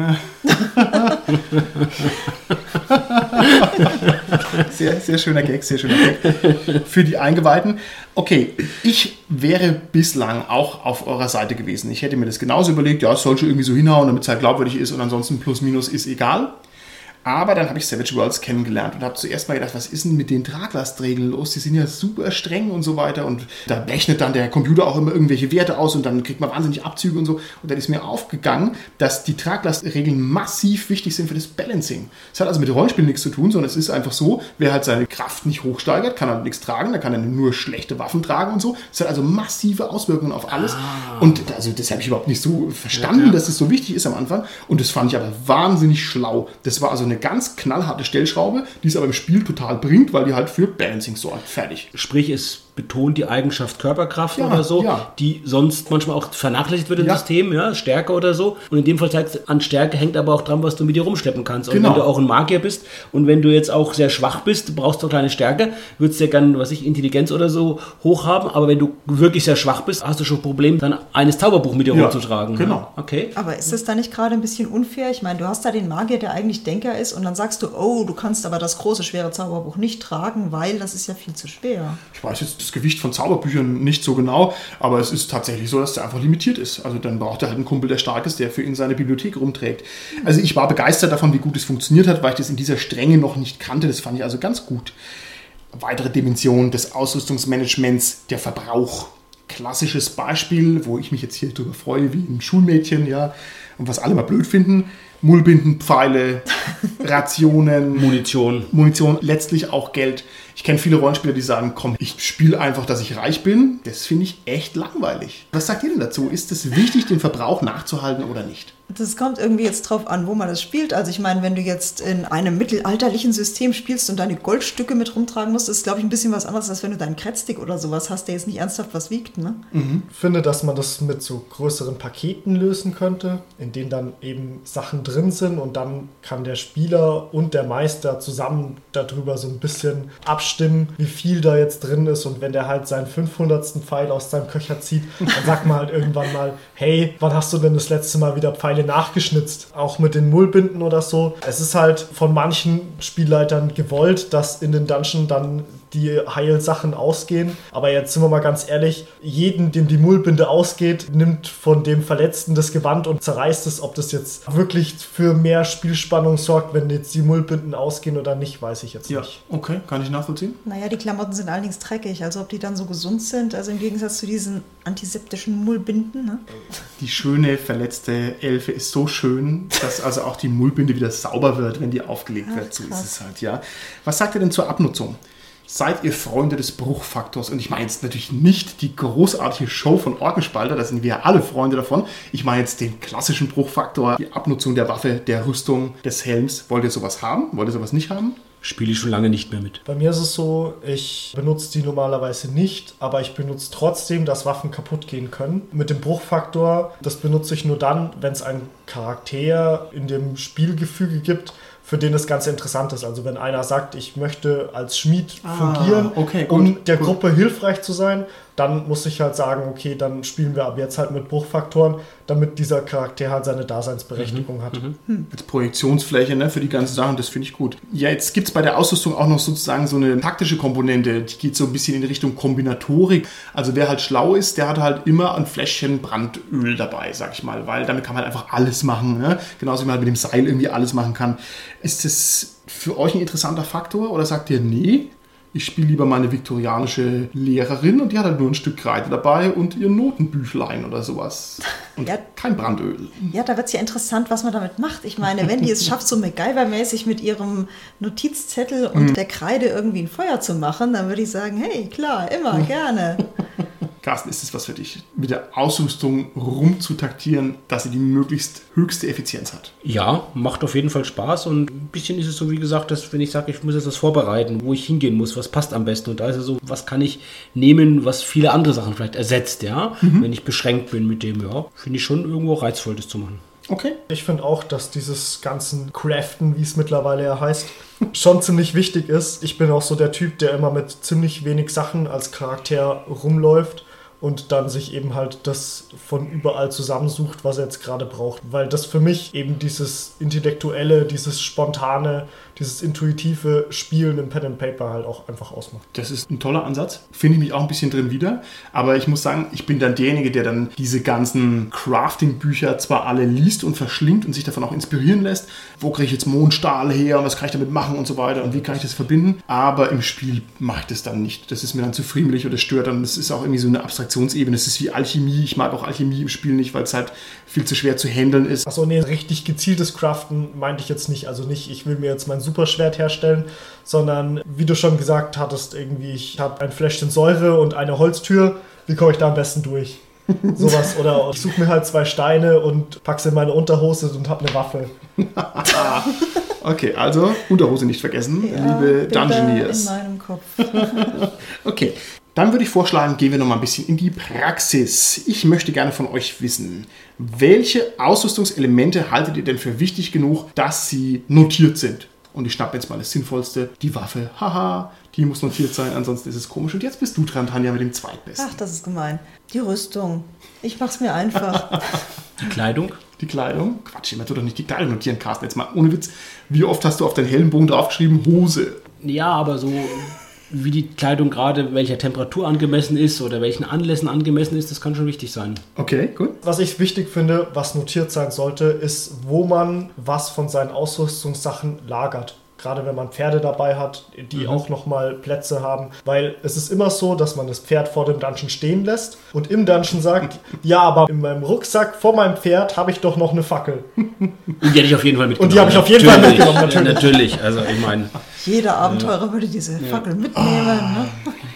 Sehr, sehr schöner Gag, sehr schöner Gag für die Eingeweihten. Okay, ich wäre bislang auch auf eurer Seite gewesen. Ich hätte mir das genauso überlegt, ja, es soll schon irgendwie so hinhauen, damit es halt glaubwürdig ist und ansonsten plus minus ist egal. Aber dann habe ich Savage Worlds kennengelernt und habe zuerst mal gedacht, was ist denn mit den Traglastregeln los? Die sind ja super streng und so weiter. Und da rechnet dann der Computer auch immer irgendwelche Werte aus und dann kriegt man wahnsinnig Abzüge und so. Und dann ist mir aufgegangen, dass die Traglastregeln massiv wichtig sind für das Balancing. Es hat also mit Rollenspiel nichts zu tun, sondern es ist einfach so, wer halt seine Kraft nicht hochsteigert, kann halt nichts tragen, dann kann er nur schlechte Waffen tragen und so. Es hat also massive Auswirkungen auf alles. Ah. Und also das habe ich überhaupt nicht so verstanden, ja, ja. dass es so wichtig ist am Anfang. Und das fand ich aber wahnsinnig schlau. Das war also eine ganz knallharte Stellschraube, die es aber im Spiel total bringt, weil die halt für Balancing sorgt. Fertig. Sprich, es betont die Eigenschaft Körperkraft ja, oder so, ja. die sonst manchmal auch vernachlässigt wird im ja. System, ja, Stärke oder so. Und in dem Fall zeigt an Stärke hängt aber auch dran, was du mit dir rumschleppen kannst. Und genau. wenn du auch ein Magier bist und wenn du jetzt auch sehr schwach bist, brauchst du eine kleine Stärke, würdest du ja gerne, was ich, Intelligenz oder so hoch haben, aber wenn du wirklich sehr schwach bist, hast du schon ein Problem, dann eines Zauberbuch mit dir ja, rumzutragen. Genau. Ja. Okay. Aber ist das da nicht gerade ein bisschen unfair? Ich meine, du hast da den Magier, der eigentlich Denker ist und dann sagst du, oh, du kannst aber das große, schwere Zauberbuch nicht tragen, weil das ist ja viel zu schwer. Ich weiß jetzt das Gewicht von Zauberbüchern nicht so genau, aber es ist tatsächlich so, dass der einfach limitiert ist. Also dann braucht er halt einen Kumpel, der stark ist, der für ihn seine Bibliothek rumträgt. Also ich war begeistert davon, wie gut es funktioniert hat, weil ich das in dieser Strenge noch nicht kannte. Das fand ich also ganz gut. Weitere Dimension des Ausrüstungsmanagements, der Verbrauch. Klassisches Beispiel, wo ich mich jetzt hier drüber freue, wie ein Schulmädchen, ja, und was alle mal blöd finden. Mullbinden, Pfeile, Rationen, Munition. Munition, letztlich auch Geld. Ich kenne viele Rollenspieler, die sagen, komm, ich spiele einfach, dass ich reich bin. Das finde ich echt langweilig. Was sagt ihr denn dazu? Ist es wichtig, den Verbrauch nachzuhalten oder nicht? Das kommt irgendwie jetzt drauf an, wo man das spielt. Also ich meine, wenn du jetzt in einem mittelalterlichen System spielst und deine Goldstücke mit rumtragen musst, ist, glaube ich, ein bisschen was anderes, als wenn du deinen Kretzstick oder sowas hast, der jetzt nicht ernsthaft was wiegt, ne? Mhm. Ich finde, dass man das mit so größeren Paketen lösen könnte, in denen dann eben Sachen drin sind und dann kann der Spieler und der Meister zusammen darüber so ein bisschen abstimmen, wie viel da jetzt drin ist, und wenn der halt seinen fünfhundertsten Pfeil aus seinem Köcher zieht, dann sagt man halt irgendwann mal, hey, wann hast du denn das letzte Mal wieder Pfeile nachgeschnitzt? Auch mit den Mullbinden oder so. Es ist halt von manchen Spielleitern gewollt, dass in den Dungeon dann die Heilsachen ausgehen. Aber jetzt sind wir mal ganz ehrlich, jeden, dem die Mullbinde ausgeht, nimmt von dem Verletzten das Gewand und zerreißt es. Ob das jetzt wirklich für mehr Spielspannung sorgt, wenn jetzt die Mullbinden ausgehen oder nicht, weiß ich jetzt ja. nicht. Okay, kann ich nachvollziehen. Naja, die Klamotten sind allerdings dreckig, also ob die dann so gesund sind, also im Gegensatz zu diesen antiseptischen Mullbinden. Ne? Die schöne, verletzte Elfe ist so schön, dass also auch die Mullbinde wieder sauber wird, wenn die aufgelegt Ach, wird. So krass. ist es halt, ja. Was sagt ihr denn zur Abnutzung? Seid ihr Freunde des Bruchfaktors? Und ich meine jetzt natürlich nicht die großartige Show von Orkenspalter, da sind wir alle Freunde davon. Ich meine jetzt den klassischen Bruchfaktor, die Abnutzung der Waffe, der Rüstung, des Helms. Wollt ihr sowas haben? Wollt ihr sowas nicht haben? Spiele ich schon lange nicht mehr mit. Bei mir ist es so, ich benutze die normalerweise nicht, aber ich benutze trotzdem, dass Waffen kaputt gehen können. Mit dem Bruchfaktor, das benutze ich nur dann, wenn es einen Charakter in dem Spielgefüge gibt, für den das Ganze interessant ist. Also wenn einer sagt, ich möchte als Schmied Ah, fungieren, okay, gut, um der gut. Gruppe hilfreich zu sein, dann muss ich halt sagen, okay, dann spielen wir ab jetzt halt mit Bruchfaktoren, damit dieser Charakter halt seine Daseinsberechtigung Mhm, hat. mhm. Als Projektionsfläche, ne, für die ganzen Sachen, das finde ich gut. Ja, jetzt gibt es bei der Ausrüstung auch noch sozusagen so eine taktische Komponente, die geht so ein bisschen in Richtung Kombinatorik. Also wer halt schlau ist, der hat halt immer ein Fläschchen Brandöl dabei, sag ich mal, weil damit kann man halt einfach alles machen. Ne? Genauso wie man halt mit dem Seil irgendwie alles machen kann. Ist das für euch ein interessanter Faktor oder sagt ihr, nee, ich spiele lieber meine viktorianische Lehrerin und die hat halt nur ein Stück Kreide dabei und ihr Notenbüchlein oder sowas. Und Ja. kein Brandöl. Ja, da wird es ja interessant, was man damit macht. Ich meine, wenn die es schafft, so MacGyver-mäßig mit ihrem Notizzettel und der Kreide irgendwie ein Feuer zu machen, dann würde ich sagen, hey, klar, immer, gerne. Carsten, ist es was für dich, mit der Ausrüstung rumzutaktieren, dass sie die möglichst höchste Effizienz hat? Ja, macht auf jeden Fall Spaß und ein bisschen ist es so, wie gesagt, dass wenn ich sage, ich muss jetzt was vorbereiten, wo ich hingehen muss, was passt am besten, und da ist es so, was kann ich nehmen, was viele andere Sachen vielleicht ersetzt, ja, mhm. wenn ich beschränkt bin mit dem, ja, finde ich schon irgendwo reizvoll, das zu machen. Okay. Ich finde auch, dass dieses ganzen Craften, wie es mittlerweile ja heißt, schon ziemlich wichtig ist. Ich bin auch so der Typ, der immer mit ziemlich wenig Sachen als Charakter rumläuft und dann sich eben halt das von überall zusammensucht, was er jetzt gerade braucht. Weil das für mich eben dieses intellektuelle, dieses spontane, dieses intuitive Spielen im Pen and Paper halt auch einfach ausmacht. Das ist ein toller Ansatz. Finde ich mich auch ein bisschen drin wieder. Aber ich muss sagen, ich bin dann derjenige, der dann diese ganzen Crafting-Bücher zwar alle liest und verschlingt und sich davon auch inspirieren lässt. Wo kriege ich jetzt Mondstahl her und was kann ich damit machen und so weiter und wie kann ich das verbinden? Aber im Spiel mache ich das dann nicht. Das ist mir dann zu friemelig oder stört dann. Das ist auch irgendwie so eine Abstraktionsebene. Das ist wie Alchemie. Ich mag auch Alchemie im Spiel nicht, weil es halt viel zu schwer zu handeln ist. Achso, nee, richtig gezieltes Craften meinte ich jetzt nicht. Also nicht, ich will mir jetzt mein Superschwert herstellen, sondern wie du schon gesagt hattest, irgendwie, ich habe ein Fläschchen Säure und eine Holztür. Wie komme ich da am besten durch? Sowas. Oder ich suche mir halt zwei Steine und packe sie in meine Unterhose und habe eine Waffe. Okay, also Unterhose nicht vergessen, Ja, liebe Bilder Dungeoneers. in meinem Kopf. Okay, dann würde ich vorschlagen, gehen wir noch mal ein bisschen in die Praxis. Ich möchte gerne von euch wissen, welche Ausrüstungselemente haltet ihr denn für wichtig genug, dass sie notiert sind? Und ich schnappe jetzt mal das Sinnvollste, die Waffe. Haha, die muss notiert sein, ansonsten ist es komisch. Und jetzt bist du dran, Tanja, mit dem Zweitbesten. Ach, das ist gemein. Die Rüstung. Ich mach's mir einfach. Die Kleidung? Die Kleidung? Quatsch, immer tu doch nicht die Kleidung notieren, Carsten. Jetzt mal ohne Witz. Wie oft hast du auf deinen Helmbogen draufgeschrieben, Hose? Ja, aber so wie die Kleidung gerade welcher Temperatur angemessen ist oder welchen Anlässen angemessen ist, das kann schon wichtig sein. Okay, gut. Was ich wichtig finde, was notiert sein sollte, ist, wo man was von seinen Ausrüstungssachen lagert. Gerade wenn man Pferde dabei hat, die mhm. auch nochmal Plätze haben. Weil es ist immer so, dass man das Pferd vor dem Dungeon stehen lässt und im Dungeon sagt, ja, aber in meinem Rucksack vor meinem Pferd habe ich doch noch eine Fackel. Und die hätte ich auf jeden Fall mitgenommen. Und die habe ich auf jeden natürlich. Fall mitgenommen, natürlich. Natürlich, also ich meine... Jeder Abenteurer würde diese Fackel mitnehmen. Ne?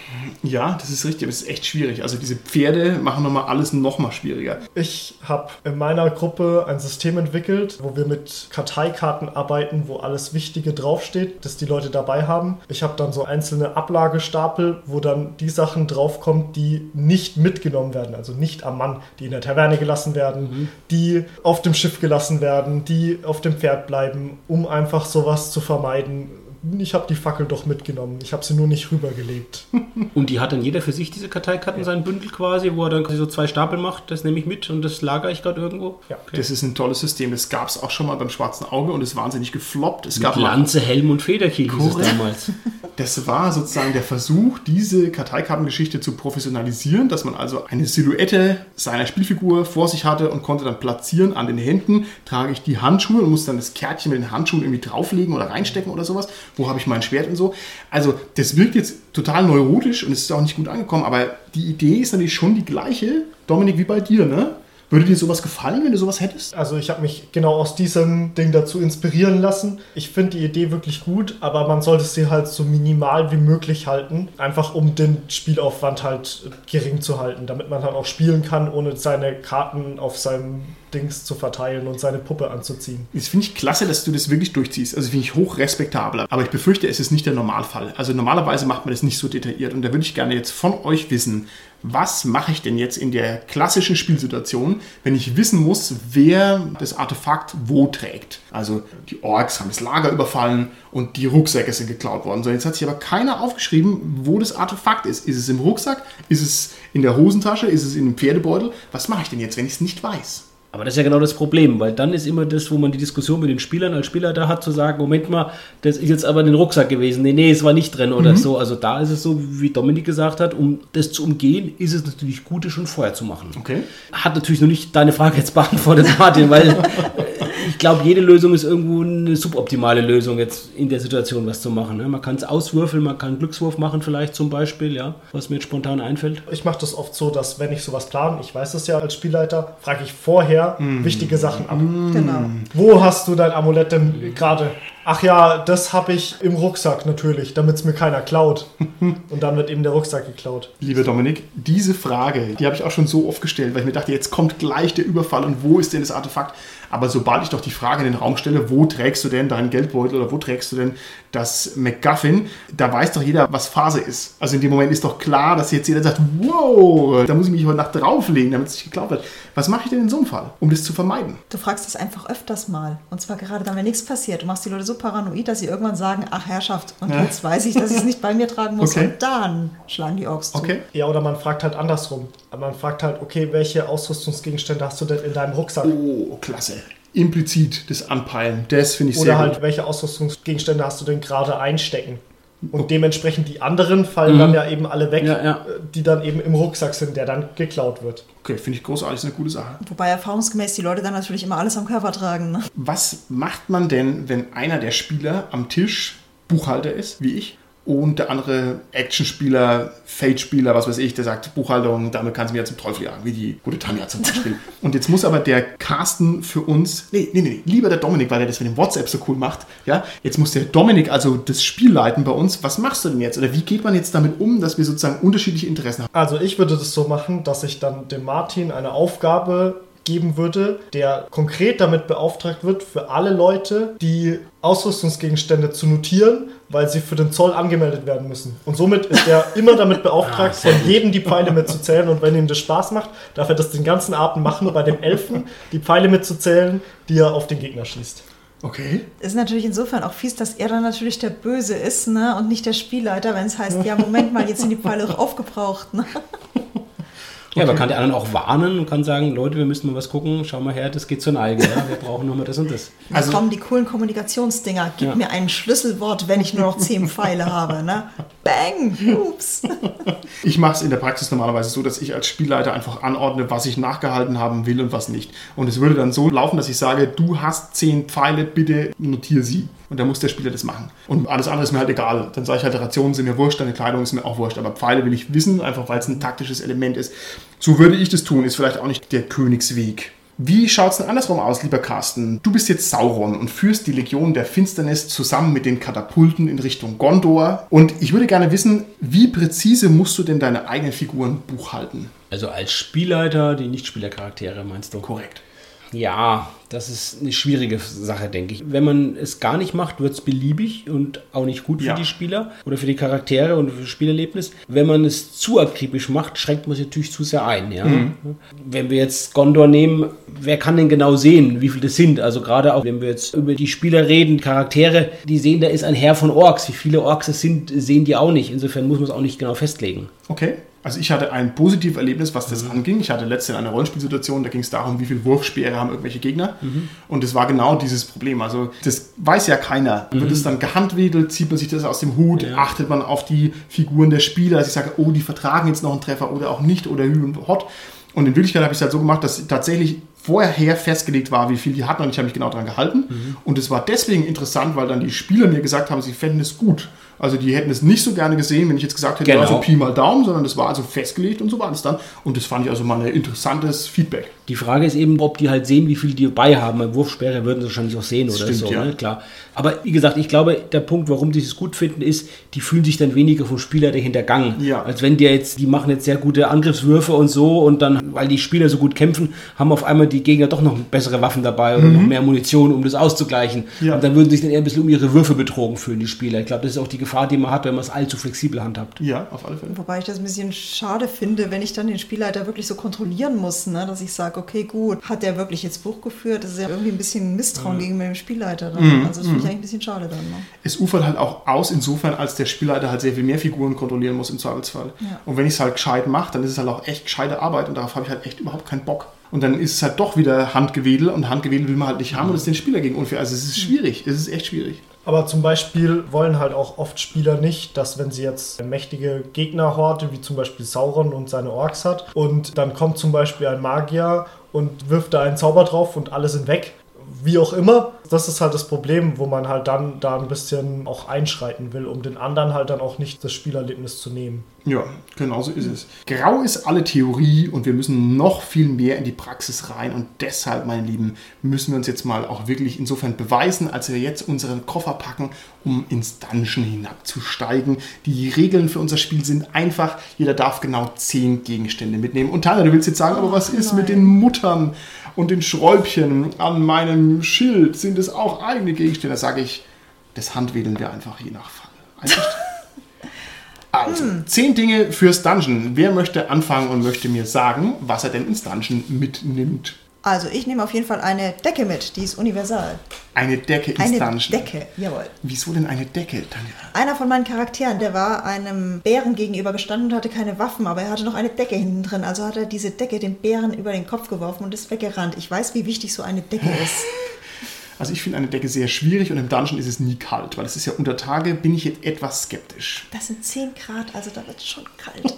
Ja, das ist richtig, aber es ist echt schwierig. Also diese Pferde machen nochmal alles nochmal schwieriger. Ich habe in meiner Gruppe ein System entwickelt, wo wir mit Karteikarten arbeiten, wo alles Wichtige draufsteht, das die Leute dabei haben. Ich habe dann so einzelne Ablagestapel, wo dann die Sachen draufkommen, die nicht mitgenommen werden, also nicht am Mann, die in der Taverne gelassen werden, mhm. die auf dem Schiff gelassen werden, die auf dem Pferd bleiben, um einfach sowas zu vermeiden. Ich habe die Fackel doch mitgenommen. Ich habe sie nur nicht rübergelegt. Und die hat dann jeder für sich, diese Karteikarten, ja. sein Bündel quasi, wo er dann quasi so zwei Stapel macht. Das nehme ich mit und das lagere ich gerade irgendwo. Ja, okay. Das ist ein tolles System. Das gab es auch schon mal beim Schwarzen Auge und ist wahnsinnig gefloppt. Es mit gab Lanze, Helm und Federkiel hieß es damals. Das war sozusagen der Versuch, diese Karteikartengeschichte zu professionalisieren, dass man also eine Silhouette seiner Spielfigur vor sich hatte und konnte dann platzieren. An den Händen trage ich die Handschuhe und muss dann das Kärtchen mit den Handschuhen irgendwie drauflegen oder reinstecken oder sowas. Wo habe ich mein Schwert und so. Also das wirkt jetzt total neurotisch und es ist auch nicht gut angekommen, aber die Idee ist natürlich schon die gleiche, Dominik, wie bei dir, ne? Würde dir sowas gefallen, wenn du sowas hättest? Also ich habe mich genau aus diesem Ding dazu inspirieren lassen. Ich finde die Idee wirklich gut, aber man sollte sie halt so minimal wie möglich halten. Einfach um den Spielaufwand halt gering zu halten, damit man halt auch spielen kann, ohne seine Karten auf seinem Dings zu verteilen und seine Puppe anzuziehen. Das finde ich klasse, dass du das wirklich durchziehst. Also finde ich hochrespektabel. Aber ich befürchte, es ist nicht der Normalfall. Also normalerweise macht man das nicht so detailliert. Und da würde ich gerne jetzt von euch wissen, was mache ich denn jetzt in der klassischen Spielsituation, wenn ich wissen muss, wer das Artefakt wo trägt. Also die Orks haben das Lager überfallen und die Rucksäcke sind geklaut worden. So, jetzt hat sich aber keiner aufgeschrieben, wo das Artefakt ist. Ist es im Rucksack? Ist es in der Hosentasche? Ist es in dem Pferdebeutel? Was mache ich denn jetzt, wenn ich es nicht weiß? Aber das ist ja genau das Problem, weil dann ist immer das, wo man die Diskussion mit den Spielern als Spieler da hat, zu sagen, Moment mal, das ist jetzt aber in den Rucksack gewesen. Nee, nee, es war nicht drin oder mhm. so. Also da ist es so, wie Dominik gesagt hat, um das zu umgehen, ist es natürlich gut, das schon vorher zu machen. Okay. Hat natürlich noch nicht deine Frage jetzt beantwortet, Martin, weil ich glaube, jede Lösung ist irgendwo eine suboptimale Lösung, jetzt in der Situation was zu machen. Ne? Man kann es auswürfeln, man kann einen Glückswurf machen vielleicht zum Beispiel, ja, was mir jetzt spontan einfällt. Ich mache das oft so, dass wenn ich sowas plane, ich weiß es ja als Spielleiter, frage ich vorher mm. wichtige Sachen ab. Genau. Wo hast du dein Amulett denn gerade? Ach ja, das habe ich im Rucksack natürlich, damit es mir keiner klaut. Und dann wird eben der Rucksack geklaut. Lieber Dominik, diese Frage, die habe ich auch schon so oft gestellt, weil ich mir dachte, jetzt kommt gleich der Überfall und wo ist denn das Artefakt? Aber sobald ich doch die Frage in den Raum stelle, wo trägst du denn deinen Geldbeutel oder wo trägst du denn das MacGuffin, da weiß doch jeder, was Phase ist. Also in dem Moment ist doch klar, dass jetzt jeder sagt, wow, da muss ich mich heute Nacht drauflegen, damit es nicht geklaut wird. Was mache ich denn in so einem Fall, um das zu vermeiden? Du fragst das einfach öfters mal. Und zwar gerade dann, wenn nichts passiert. Du machst die Leute so paranoid, dass sie irgendwann sagen, ach Herrschaft, und ja. jetzt weiß ich, dass ich es nicht bei mir tragen muss. Okay. Und dann schlagen die Orks zu. Okay. Ja, oder man fragt halt andersrum. Man fragt halt, okay, welche Ausrüstungsgegenstände hast du denn in deinem Rucksack? Oh, klasse. Implizit das Anpeilen, das finde ich sehr gut. Oder halt, gut. welche Ausrüstungsgegenstände hast du denn gerade einstecken? Und dementsprechend die anderen fallen mhm. dann ja eben alle weg, ja, ja. die dann eben im Rucksack sind, der dann geklaut wird. Okay, finde ich großartig, ist eine gute Sache. Wobei erfahrungsgemäß die Leute dann natürlich immer alles am Körper tragen. Ne? Was macht man denn, wenn einer der Spieler am Tisch Buchhalter ist, wie ich, und der andere Actionspieler, Fate-Spieler, was weiß ich, der sagt, Buchhaltung, damit kannst du mir ja zum Teufel jagen, wie die gute Tanja zum Beispiel. Und jetzt muss aber der Carsten für uns, nee, nee, nee, lieber der Dominik, weil er das mit dem WhatsApp so cool macht, ja, jetzt muss der Dominik also das Spiel leiten bei uns. Was machst du denn jetzt? Oder wie geht man jetzt damit um, dass wir sozusagen unterschiedliche Interessen haben? Also ich würde das so machen, dass ich dann dem Martin eine Aufgabe geben würde, der konkret damit beauftragt wird, für alle Leute die Ausrüstungsgegenstände zu notieren, weil sie für den Zoll angemeldet werden müssen. Und somit ist er immer damit beauftragt, von jedem die Pfeile mitzuzählen. Und wenn ihm das Spaß macht, darf er das den ganzen Abend machen und bei dem Elfen die Pfeile mitzuzählen, die er auf den Gegner schießt. Okay. Ist natürlich insofern auch fies, dass er dann natürlich der Böse ist, ne? Und nicht der Spielleiter, wenn es heißt, ja, Moment mal, jetzt sind die Pfeile doch aufgebraucht. Ne? Ja, okay. Man kann die anderen auch warnen und kann sagen, Leute, wir müssen mal was gucken, schau mal her, das geht zur Neige, ja? Wir brauchen nochmal das und das. Jetzt also kommen die coolen Kommunikationsdinger. Gib ja. mir ein Schlüsselwort, wenn ich nur noch zehn Pfeile habe. Ne? Bang! Ups! Ich mache es in der Praxis normalerweise so, dass ich als Spielleiter einfach anordne, was ich nachgehalten haben will und was nicht. Und es würde dann so laufen, dass ich sage, du hast zehn Pfeile, bitte notiere sie. Und dann muss der Spieler das machen. Und alles andere ist mir halt egal. Dann sage ich halt, Rationen sind mir wurscht, deine Kleidung ist mir auch wurscht. Aber Pfeile will ich wissen, einfach weil es ein taktisches Element ist. So würde ich das tun, ist vielleicht auch nicht der Königsweg. Wie schaut es denn andersrum aus, lieber Carsten? Du bist jetzt Sauron und führst die Legion der Finsternis zusammen mit den Katapulten in Richtung Gondor. Und ich würde gerne wissen, wie präzise musst du denn deine eigenen Figuren buchhalten? Also als Spielleiter, die Nicht-Spielercharaktere meinst du? Korrekt. Ja, das ist eine schwierige Sache, denke ich. Wenn man es gar nicht macht, wird es beliebig und auch nicht gut für ja. die Spieler oder für die Charaktere und für das Spielerlebnis. Wenn man es zu akribisch macht, schränkt man sich natürlich zu sehr ein. Ja? Mhm. Wenn wir jetzt Gondor nehmen, wer kann denn genau sehen, wie viele das sind? Also gerade auch, wenn wir jetzt über die Spieler reden, Charaktere, die sehen, da ist ein Heer von Orks. Wie viele Orks es sind, sehen die auch nicht. Insofern muss man es auch nicht genau festlegen. Okay. Also ich hatte ein positives Erlebnis, was das mhm. anging. Ich hatte letztens eine Rollenspielsituation, da ging es darum, wie viel Wurfspeere haben irgendwelche Gegner. Mhm. Und es war genau dieses Problem. Also das weiß ja keiner. Mhm. Wird es dann gehandwedelt, zieht man sich das aus dem Hut, ja. achtet man auf die Figuren der Spieler, dass ich sage, oh, die vertragen jetzt noch einen Treffer oder auch nicht oder hü und hot. Und in Wirklichkeit habe ich es halt so gemacht, dass tatsächlich vorher festgelegt war, wie viel die hatten und ich habe mich genau daran gehalten. Mhm. Und es war deswegen interessant, weil dann die Spieler mir gesagt haben, sie fänden es gut. Also die hätten es nicht so gerne gesehen, wenn ich jetzt gesagt hätte, genau. ja, so Pi mal Daumen, sondern das war also festgelegt und so war das dann. Und das fand ich also mal ein interessantes Feedback. Die Frage ist eben, ob die halt sehen, wie viel die dabei haben. Bei Wurfsperre würden sie wahrscheinlich auch sehen oder Stimmt, so, ja. ne? Klar. Aber wie gesagt, ich glaube, der Punkt, warum die es gut finden, ist, die fühlen sich dann weniger vom Spieler dahinter gangen. Ja. Als wenn die jetzt, die machen jetzt sehr gute Angriffswürfe und so und dann, weil die Spieler so gut kämpfen, haben auf einmal die Gegner doch noch bessere Waffen dabei oder mhm. noch mehr Munition, um das auszugleichen. Ja. Und dann würden sich dann eher ein bisschen um ihre Würfe betrogen fühlen, die Spieler. Ich glaube, das ist auch die Gefahr, die man hat, wenn man es allzu flexibel handhabt. Ja, auf alle Fälle. Wobei ich das ein bisschen schade finde, wenn ich dann den Spielleiter wirklich so kontrollieren muss, ne? Dass ich sage, okay, gut, hat der wirklich jetzt Buch geführt? Das ist ja irgendwie ein bisschen Misstrauen mhm. gegenüber dem Spielleiter. Dann. Mhm. Also das finde ich eigentlich ein bisschen schade dann. Ne? Es ufert halt auch aus insofern, als der Spielleiter halt sehr viel mehr Figuren kontrollieren muss im Zweifelsfall. Ja. Und wenn ich es halt gescheit mache, dann ist es halt auch echt gescheite Arbeit und darauf habe ich halt echt überhaupt keinen Bock. Und dann ist es halt doch wieder Handgewedel und Handgewedel will man halt nicht haben mhm. und es ist den Spieler gegen unfair. Also es ist schwierig, es ist echt schwierig. Aber zum Beispiel wollen halt auch oft Spieler nicht, dass wenn sie jetzt eine mächtige Gegnerhorde, wie zum Beispiel Sauron und seine Orks hat, und dann kommt zum Beispiel ein Magier und wirft da einen Zauber drauf und alle sind weg, wie auch immer. Das ist halt das Problem, wo man halt dann da ein bisschen auch einschreiten will, um den anderen halt dann auch nicht das Spielerlebnis zu nehmen. Ja, genau so ist es. Grau ist alle Theorie und wir müssen noch viel mehr in die Praxis rein und deshalb, meine Lieben, müssen wir uns jetzt mal auch wirklich insofern beweisen, als wir jetzt unseren Koffer packen, um ins Dungeon hinabzusteigen. Die Regeln für unser Spiel sind einfach, jeder darf genau zehn Gegenstände mitnehmen. Und Tanja, du willst jetzt sagen, aber was ist mit den Muttern und den Schräubchen an meinem Schild? Sind es auch eigene Gegenstände? Da sage ich, das handwedeln wir einfach je nach Fall. Einverstanden? Also, hm. zehn Dinge fürs Dungeon. Wer möchte anfangen und möchte mir sagen, was er denn ins Dungeon mitnimmt? Also, ich nehme auf jeden Fall eine Decke mit, die ist universal. Eine Decke ins eine Dungeon? Eine Decke, jawohl. Wieso denn eine Decke, Tanja? Einer von meinen Charakteren, der war einem Bären gegenüber gestanden und hatte keine Waffen, aber er hatte noch eine Decke hinten drin. Also hat er diese Decke dem Bären über den Kopf geworfen und ist weggerannt. Ich weiß, wie wichtig so eine Decke ist. Also ich finde eine Decke sehr schwierig und im Dungeon ist es nie kalt, weil es ist ja unter Tage, bin ich jetzt etwas skeptisch. Das sind zehn Grad, also da wird es schon kalt.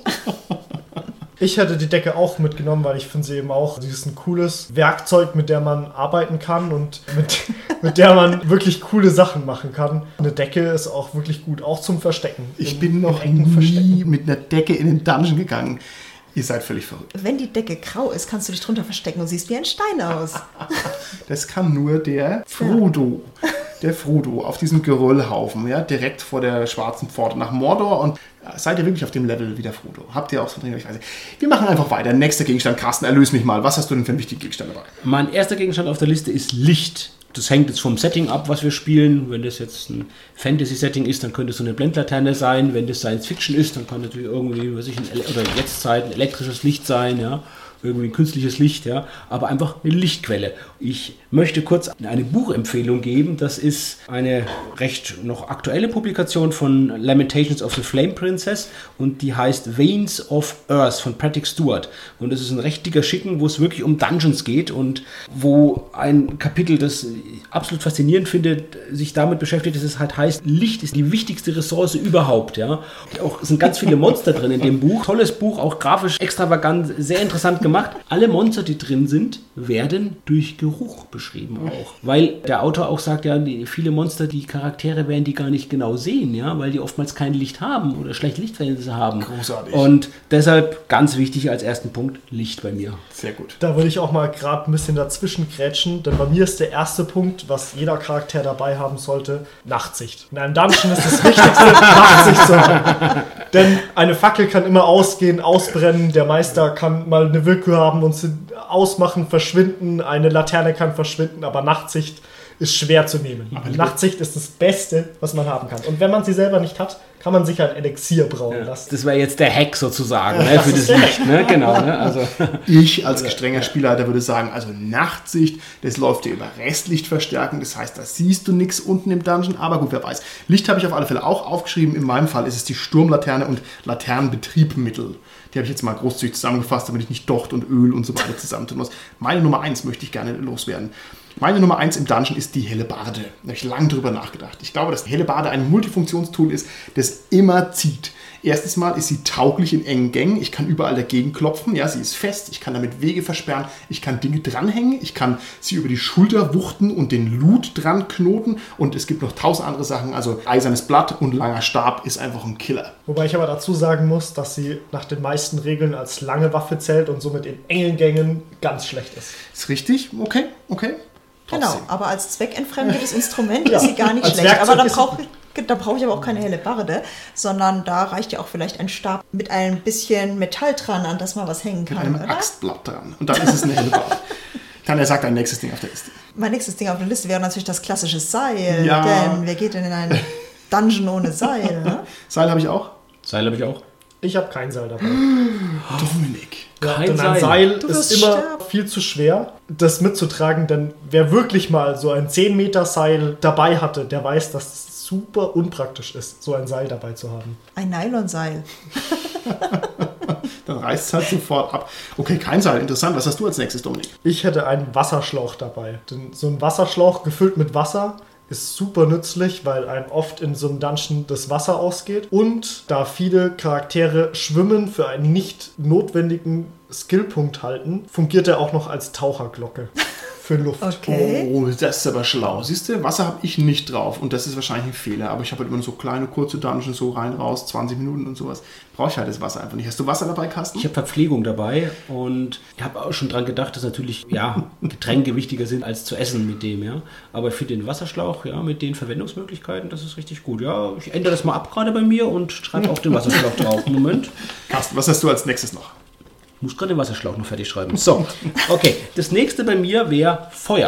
Ich hätte die Decke auch mitgenommen, weil ich finde sie eben auch, sie ist ein cooles Werkzeug, mit der man arbeiten kann und mit, mit der man wirklich coole Sachen machen kann. Eine Decke ist auch wirklich gut, auch zum Verstecken. Ich in, bin noch nie verstecken. mit einer Decke in den Dungeon gegangen. Ihr seid völlig verrückt. Wenn die Decke grau ist, kannst du dich drunter verstecken und siehst wie ein Stein aus. Das kann nur der Frodo. Der Frodo auf diesem Geröllhaufen, ja, direkt vor der schwarzen Pforte nach Mordor. Und seid ihr wirklich auf dem Level wie der Frodo? Habt ihr auch so drin? Ich weiß nicht. Wir machen einfach weiter. Nächster Gegenstand. Carsten, erlöse mich mal. Was hast du denn für einen wichtigen Gegenstand dabei? Mein erster Gegenstand auf der Liste ist Licht. Das hängt jetzt vom Setting ab, was wir spielen. Wenn das jetzt ein Fantasy-Setting ist, dann könnte es so eine Blendlaterne sein. Wenn das Science-Fiction ist, dann kann natürlich irgendwie, was ich, ein Ele- oder jetzt Zeit ein elektrisches Licht sein, ja. Irgendwie ein künstliches Licht, ja, aber einfach eine Lichtquelle. Ich möchte kurz eine Buchempfehlung geben. Das ist eine recht noch aktuelle Publikation von Lamentations of the Flame Princess und die heißt Veins of Earth von Patrick Stewart. Und das ist ein recht dicker Schicken, wo es wirklich um Dungeons geht und wo ein Kapitel, das ich absolut faszinierend finde, sich damit beschäftigt, dass es halt heißt, Licht ist die wichtigste Ressource überhaupt, ja. Und auch es sind ganz viele Monster drin in dem Buch. Tolles Buch, auch grafisch extravagant, sehr interessant gemacht. Gemacht. Alle Monster, die drin sind, werden durch Geruch beschrieben auch. Weil der Autor auch sagt, ja, die, viele Monster, die Charaktere werden die gar nicht genau sehen, ja, weil die oftmals kein Licht haben oder schlechte Lichtverhältnisse haben. Großartig. Und deshalb ganz wichtig als ersten Punkt, Licht bei mir. Sehr gut. Da würde ich auch mal gerade ein bisschen dazwischen grätschen, denn bei mir ist der erste Punkt, was jeder Charakter dabei haben sollte, Nachtsicht. In einem Dungeon ist das Wichtigste, Nachtsicht zu haben. Denn eine Fackel kann immer ausgehen, ausbrennen, der Meister kann mal eine Wirkung haben und sie ausmachen, verschwinden, eine Laterne kann verschwinden, aber Nachtsicht ist schwer zu nehmen. Aber Nachtsicht ist das Beste, was man haben kann. Und wenn man sie selber nicht hat, kann man sich ein Elixier brauen ja, lassen. Das wäre jetzt der Hack sozusagen, ne, für das Licht. Ne? Genau, ne? Also. Ich als gestrenger Spielleiter würde sagen, also Nachtsicht, das läuft dir über Restlichtverstärken, das heißt, da siehst du nichts unten im Dungeon, aber gut, wer weiß. Licht habe ich auf alle Fälle auch aufgeschrieben, in meinem Fall ist es die Sturmlaterne und Laternenbetriebmittel. Die habe ich jetzt mal großzügig zusammengefasst, damit ich nicht Docht und Öl und so weiter zusammentun muss. Meine Nummer eins möchte ich gerne loswerden. Meine Nummer eins im Dungeon ist die Hellebarde. Da habe ich lange drüber nachgedacht. Ich glaube, dass die Hellebarde ein Multifunktionstool ist, das immer zieht. Erstens mal ist sie tauglich in engen Gängen. Ich kann überall dagegen klopfen. Ja, sie ist fest. Ich kann damit Wege versperren. Ich kann Dinge dranhängen. Ich kann sie über die Schulter wuchten und den Loot dran knoten. Und es gibt noch tausend andere Sachen. Also eisernes Blatt und langer Stab ist einfach ein Killer. Wobei ich aber dazu sagen muss, dass sie nach den meisten Regeln als lange Waffe zählt und somit in engen Gängen ganz schlecht ist. Ist richtig? Okay, okay. Genau, aber als zweckentfremdetes Instrument ja, ist sie gar nicht schlecht. Werkzeug aber da brauche ich, da brauch ich aber auch keine Hellebarde, sondern da reicht ja auch vielleicht ein Stab mit ein bisschen Metall dran, an das man was hängen kann. Mit einem oder? Axtblatt dran. Und dann ist es eine Hellebarde. Tanja sagt ein nächstes Ding auf der Liste. Mein nächstes Ding auf der Liste wäre natürlich das klassische Seil. Ja. Denn wer geht denn in einen Dungeon ohne Seil? Ne? Seil habe ich auch. Seil habe ich auch. Ich habe kein Seil dabei. Dominik. Ja, Kein denn ein Seil. Seil Du ist wirst immer sterben. viel zu schwer, das mitzutragen, denn wer wirklich mal so ein zehn Meter Seil dabei hatte, der weiß, dass es super unpraktisch ist, so ein Seil dabei zu haben. Ein Nylonseil. Dann reißt es halt sofort ab. Okay, kein Seil. Interessant. Was hast du als nächstes, Dominik? Ich hätte einen Wasserschlauch dabei. Denn so ein Wasserschlauch gefüllt mit Wasser ist super nützlich, weil einem oft in so einem Dungeon das Wasser ausgeht. Und da viele Charaktere Schwimmen für einen nicht notwendigen Skillpunkt halten, fungiert er auch noch als Taucherglocke für Luft. Okay. Oh, das ist aber schlau. Siehst du, Wasser habe ich nicht drauf. Und das ist wahrscheinlich ein Fehler. Aber ich habe halt immer so kleine, kurze Dungeons, so rein, raus, zwanzig Minuten und sowas. Brauche ich halt das Wasser einfach nicht. Hast du Wasser dabei, Carsten? Ich habe Verpflegung dabei und ich habe auch schon dran gedacht, dass natürlich ja, Getränke wichtiger sind als zu essen mit dem, ja. Aber für den Wasserschlauch, ja, mit den Verwendungsmöglichkeiten, das ist richtig gut. Ja, ich ändere das mal ab gerade bei mir und schreibe auch den Wasserschlauch drauf. Moment. Carsten, was hast du als nächstes noch? Ich muss gerade den Wasserschlauch noch fertig schreiben. So, okay. Das nächste bei mir wäre Feuer.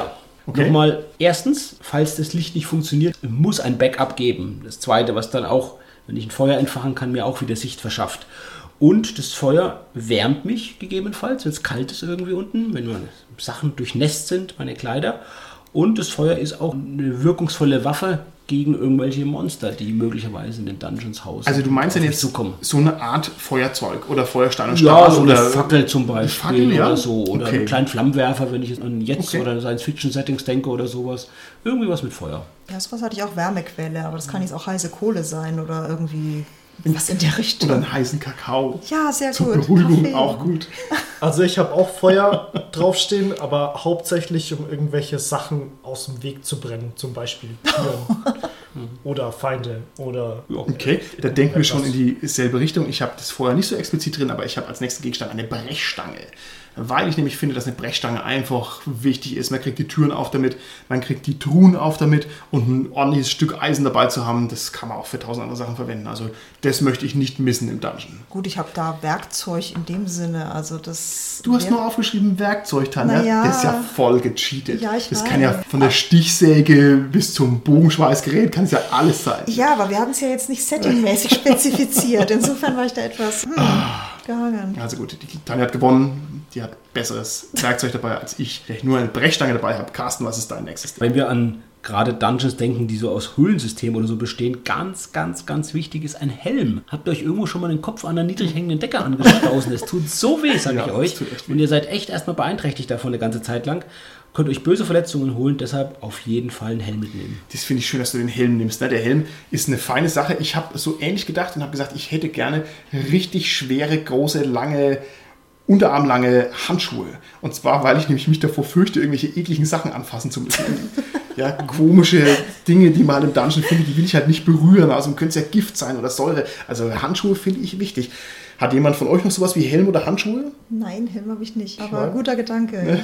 Okay. Nochmal, erstens, falls das Licht nicht funktioniert, muss ein Backup geben. Das zweite, was dann auch, wenn ich ein Feuer entfachen kann, mir auch wieder Sicht verschafft. Und das Feuer wärmt mich gegebenenfalls, wenn es kalt ist irgendwie unten, wenn meine Sachen durchnässt sind, meine Kleider. Und das Feuer ist auch eine wirkungsvolle Waffe gegen irgendwelche Monster, die möglicherweise in den Dungeons hausen. Also du meinst denn jetzt zukommen. so eine Art Feuerzeug oder Feuerstein und Ja, Stahl so oder eine Fackel zum Beispiel Fackel, ja? oder so. Oder Okay. einen kleinen Flammenwerfer, wenn ich jetzt an jetzt Okay. oder Science-Fiction-Settings denke oder sowas. Irgendwie was mit Feuer. Ja, sowas hatte ich auch Wärmequelle, aber das kann jetzt auch heiße Kohle sein oder irgendwie was in der Richtung. oder einen heißen Kakao. Ja, sehr Zur gut. Beruhigung Kaffee. auch gut. Also ich habe auch Feuer draufstehen, aber hauptsächlich um irgendwelche Sachen aus dem Weg zu brennen. Zum Beispiel Türen oder Feinde oder... Okay, da denken wir schon in dieselbe Richtung. Ich habe das vorher nicht so explizit drin, aber ich habe als nächsten Gegenstand eine Brechstange. Weil ich nämlich finde, dass eine Brechstange einfach wichtig ist. Man kriegt die Türen auf damit, man kriegt die Truhen auf damit und ein ordentliches Stück Eisen dabei zu haben, das kann man auch für tausend andere Sachen verwenden. Also das möchte ich nicht missen im Dungeon. Gut, ich habe da Werkzeug in dem Sinne, also das... Du hast wär- nur aufgeschrieben Werkzeug, Tanja. Na ja. Das ist ja voll gecheatet. Ja, ich das kann ja weiß. von der Stichsäge bis zum Bogenschweißgerät, kann es ja alles sein. Ja, aber wir haben es ja jetzt nicht settingmäßig spezifiziert. Insofern war ich da etwas hm, gehangen. Also gut, die Tanja hat gewonnen. Die hat besseres Werkzeug dabei als ich, der ich nur eine Brechstange dabei habe. Carsten, was ist dein nächstes? Wenn wir an gerade Dungeons denken, die so aus Höhlensystemen oder so bestehen, ganz, ganz, ganz wichtig ist ein Helm. Habt ihr euch irgendwo schon mal den Kopf an einer niedrig hängenden Decke angestoßen? Das tut so weh, sage Ja, ich das euch. tut echt weh. Und ihr seid echt erstmal beeinträchtigt davon eine ganze Zeit lang. Könnt euch böse Verletzungen holen, deshalb auf jeden Fall einen Helm mitnehmen. Das finde ich schön, dass du den Helm nimmst. Ne? Der Helm ist eine feine Sache. Ich habe so ähnlich gedacht und habe gesagt, ich hätte gerne richtig schwere, große, lange, unterarmlange Handschuhe. Und zwar, weil ich nämlich mich davor fürchte, irgendwelche ekligen Sachen anfassen zu müssen. Ja, komische Dinge, die man halt im Dungeon findet, die will ich halt nicht berühren. Also könnte es ja Gift sein oder Säure. Also Handschuhe finde ich wichtig. Hat jemand von euch noch sowas wie Helm oder Handschuhe? Nein, Helm habe ich nicht. Aber Nein. guter Gedanke.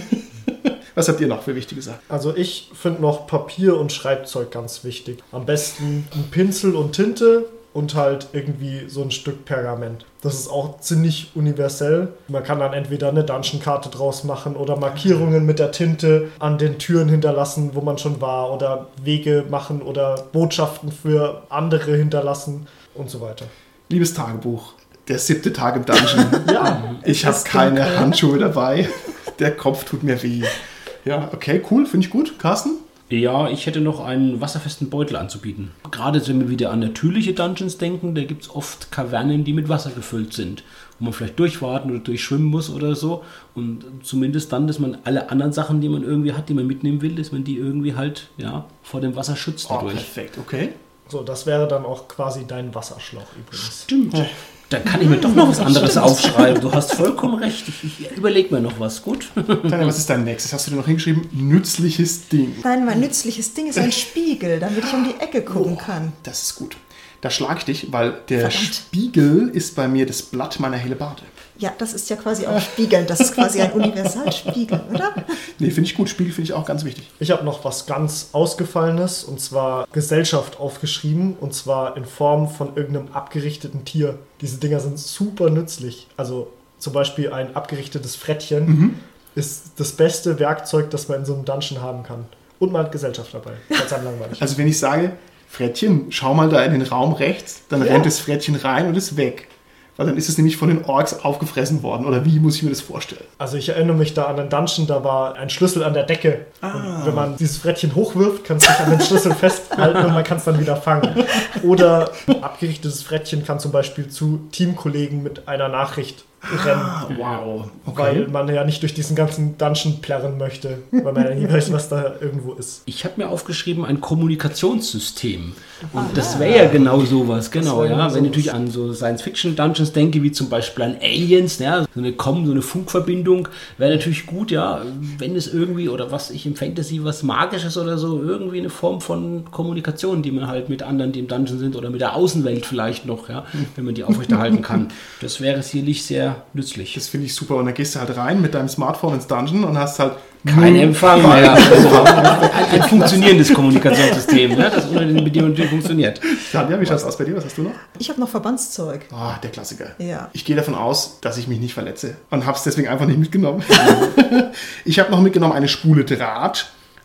Was habt ihr noch für wichtige Sachen? Also ich finde noch Papier und Schreibzeug ganz wichtig. Am besten ein Pinsel und Tinte und halt irgendwie so ein Stück Pergament. Das ist auch ziemlich universell. Man kann dann entweder eine Dungeon-Karte draus machen oder Markierungen mit der Tinte an den Türen hinterlassen, wo man schon war, oder Wege machen oder Botschaften für andere hinterlassen und so weiter. Liebes Tagebuch, der siebte Tag im Dungeon. Ja, Ich habe ist keine dunkel. Handschuhe dabei. Der Kopf tut mir weh. Ja, okay, cool, finde ich gut. Carsten? Ja, ich hätte noch einen wasserfesten Beutel anzubieten. Gerade wenn wir wieder an natürliche Dungeons denken, da gibt es oft Kavernen, die mit Wasser gefüllt sind, wo man vielleicht durchwarten oder durchschwimmen muss oder so. Und zumindest dann, dass man alle anderen Sachen, die man irgendwie hat, die man mitnehmen will, dass man die irgendwie halt ja, vor dem Wasser schützt Oh, dadurch. perfekt, okay. so, das wäre dann auch quasi dein Wasserschlauch übrigens. Stimmt. Dann kann ich mir doch noch was anderes aufschreiben. Du hast vollkommen recht. Ich, ich überlege mir noch was. Gut. Tanja, was ist dein nächstes? Hast du dir noch hingeschrieben? Nützliches Ding. Nein, mein nützliches Ding ist ein Spiegel, damit ich um die Ecke gucken kann. Das ist gut. Da schlage ich dich, weil der Verdammt. Spiegel ist bei mir das Blatt meiner Hellebarde. Ja, das ist ja quasi auch Spiegeln. Das ist quasi ein Universalspiegel, oder? Nee, finde ich gut. Spiegel finde ich auch ganz wichtig. Ich habe noch was ganz Ausgefallenes, und zwar Gesellschaft aufgeschrieben, und zwar in Form von irgendeinem abgerichteten Tier. Diese Dinger sind super nützlich. Also zum Beispiel ein abgerichtetes Frettchen Mhm. ist das beste Werkzeug, das man in so einem Dungeon haben kann. Und man hat Gesellschaft dabei. Ganz langweilig. Also wenn ich sage, Frettchen, schau mal da in den Raum rechts, dann Ja. rennt das Frettchen rein und ist weg. Weil dann ist es nämlich von den Orks aufgefressen worden. Oder wie muss ich mir das vorstellen? Also ich erinnere mich da an einen Dungeon, da war ein Schlüssel an der Decke. Und wenn man dieses Frettchen hochwirft, kann es sich an den Schlüssel festhalten und man kann es dann wieder fangen. Oder ein abgerichtetes Frettchen kann zum Beispiel zu Teamkollegen mit einer Nachricht rennen. Wow. Weil man ja nicht durch diesen ganzen Dungeon plärren möchte, weil man ja nie weiß, was da irgendwo ist. Ich habe mir aufgeschrieben, ein Kommunikationssystem. Und das wäre ja genau sowas, genau, wär ja. genau Wenn sowas. ich natürlich an so Science-Fiction-Dungeons denke, wie zum Beispiel an Aliens, ja, so eine Com, so eine Funkverbindung, wäre natürlich gut, ja, wenn es irgendwie, oder was ich im Fantasy, was Magisches oder so, irgendwie eine Form von Kommunikation, die man halt mit anderen, die im Dungeon sind, oder mit der Außenwelt vielleicht noch, ja, wenn man die aufrechterhalten kann. Das wäre sicherlich sehr nützlich. Das finde ich super. Und dann gehst du halt rein mit deinem Smartphone ins Dungeon und hast halt Kein null Empfang mehr. Also ein, ein funktionierendes Kommunikationssystem, ne, das unter den Bedingungen natürlich funktioniert. Tanja, wie schaut es aus bei dir? Was hast du noch? Ich habe noch Verbandszeug. Ah, der Klassiker. Ja. Ich gehe davon aus, dass ich mich nicht verletze und habe es deswegen einfach nicht mitgenommen. Ich habe noch mitgenommen eine Spule Draht,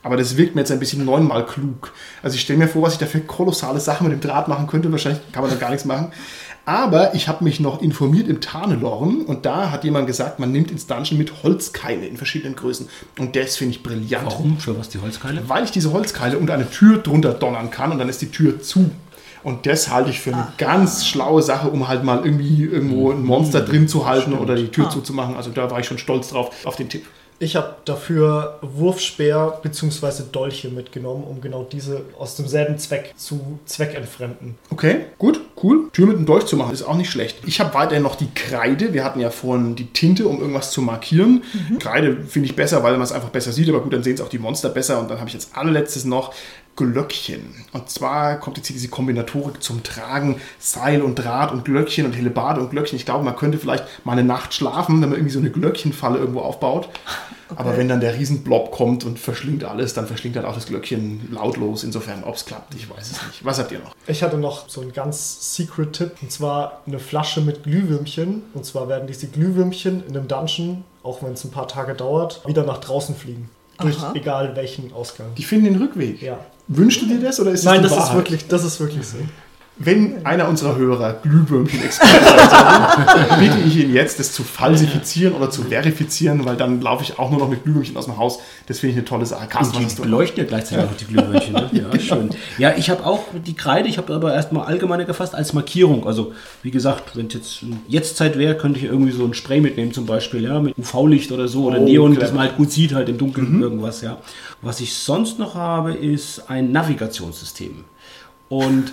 Aber das wirkt mir jetzt ein bisschen neunmal klug. Also ich stelle mir vor, was ich da für kolossale Sachen mit dem Draht machen könnte. Wahrscheinlich kann man da gar nichts machen. Aber ich habe mich noch informiert im Tarnelorn und da hat jemand gesagt, man nimmt ins Dungeon mit Holzkeile in verschiedenen Größen. Und das finde ich brillant. Warum? Für was die Holzkeile? Weil ich diese Holzkeile unter eine Tür drunter donnern kann und dann ist die Tür zu. Und das halte ich für eine ah. ganz schlaue Sache, um halt mal irgendwie irgendwo ein Monster drin zu halten Stimmt. oder die Tür ah. zuzumachen. Also da war ich schon stolz drauf, auf den Tipp. Ich habe dafür Wurfspeer bzw. Dolche mitgenommen, um genau diese aus demselben Zweck zu zweckentfremden. Okay, gut, cool. Tür mit einem Dolch zu machen, ist auch nicht schlecht. Ich habe weiterhin noch die Kreide. Wir hatten ja vorhin die Tinte, um irgendwas zu markieren. Mhm. Kreide finde ich besser, weil man es einfach besser sieht. Aber gut, dann sehen es auch die Monster besser. Und dann habe ich jetzt allerletztes noch Glöckchen. Und zwar kommt jetzt hier diese Kombinatorik zum Tragen. Seil und Draht und Glöckchen und Hellebarde und Glöckchen. Ich glaube, man könnte vielleicht mal eine Nacht schlafen, wenn man irgendwie so eine Glöckchenfalle irgendwo aufbaut. Okay. Aber wenn dann der Riesenblob kommt und verschlingt alles, dann verschlingt halt auch das Glöckchen lautlos. Insofern, ob es klappt, ich weiß es nicht. Was habt ihr noch? Ich hatte noch so einen ganz Secret-Tipp. Und zwar eine Flasche mit Glühwürmchen. Und zwar werden diese Glühwürmchen in einem Dungeon, auch wenn es ein paar Tage dauert, wieder nach draußen fliegen. Durch Aha. egal welchen Ausgang. Die finden den Rückweg. Ja. Wünschst du dir das oder ist das Nein, die das Wahrheit? ist wirklich, das ist wirklich so. Wenn einer unserer Hörer Glühwürmchen-Experte sein soll, bitte ich ihn jetzt, das zu falsifizieren oder zu verifizieren, weil dann laufe ich auch nur noch mit Glühwürmchen aus dem Haus. Das finde ich eine tolle Sache. Carsten, die beleuchten ja gleichzeitig auch die Glühwürmchen. Ne? Ja, ja, schön. Ja, ich habe auch die Kreide, ich habe aber erstmal allgemeiner gefasst als Markierung. Also, wie gesagt, wenn es jetzt Jetztzeit wäre, könnte ich irgendwie so ein Spray mitnehmen zum Beispiel, ja, mit U V-Licht oder so oder oh, Neon, clever. Dass man halt gut sieht, halt im Dunkeln mhm. irgendwas, ja. Was ich sonst noch habe, ist ein Navigationssystem. Und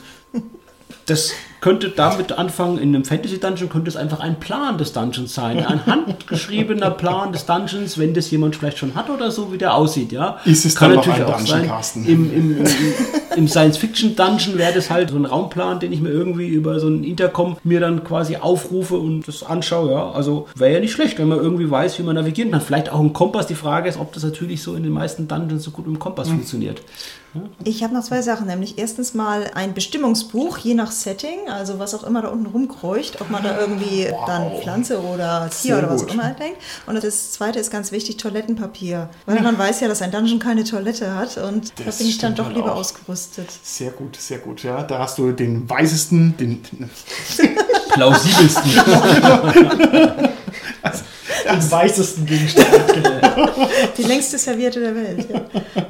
das könnte damit anfangen, in einem Fantasy-Dungeon könnte es einfach ein Plan des Dungeons sein. Ein handgeschriebener Plan des Dungeons, wenn das jemand vielleicht schon hat oder so, wie der aussieht. Ja? Ist es Kann dann natürlich noch ein auch Dungeon, sein. Carsten? Im, im, im, im Science-Fiction-Dungeon wäre das halt so ein Raumplan, den ich mir irgendwie über so ein Intercom mir dann quasi aufrufe und das anschaue. Ja? Also wäre ja nicht schlecht, wenn man irgendwie weiß, wie man navigieren kann. Vielleicht auch ein Kompass. Die Frage ist, ob das natürlich so in den meisten Dungeons so gut mit dem Kompass mhm. funktioniert. Ja? Ich habe noch zwei Sachen, nämlich erstens mal ein Bestimmungsbuch, je nach Setting, also was auch immer da unten rumkreucht, ob man da irgendwie wow. dann Pflanze oder Tier Sehr oder was auch immer denkt. Und das zweite ist ganz wichtig, Toilettenpapier. Weil ja. man weiß ja, dass ein Dungeon keine Toilette hat und das da bin ich dann doch lieber auch. ausgerüstet. Sehr gut, sehr gut. Ja, da hast du den weisesten, den plausibelsten. also, den weißesten Gegenstand. Die längste Serviette der Welt. Ja.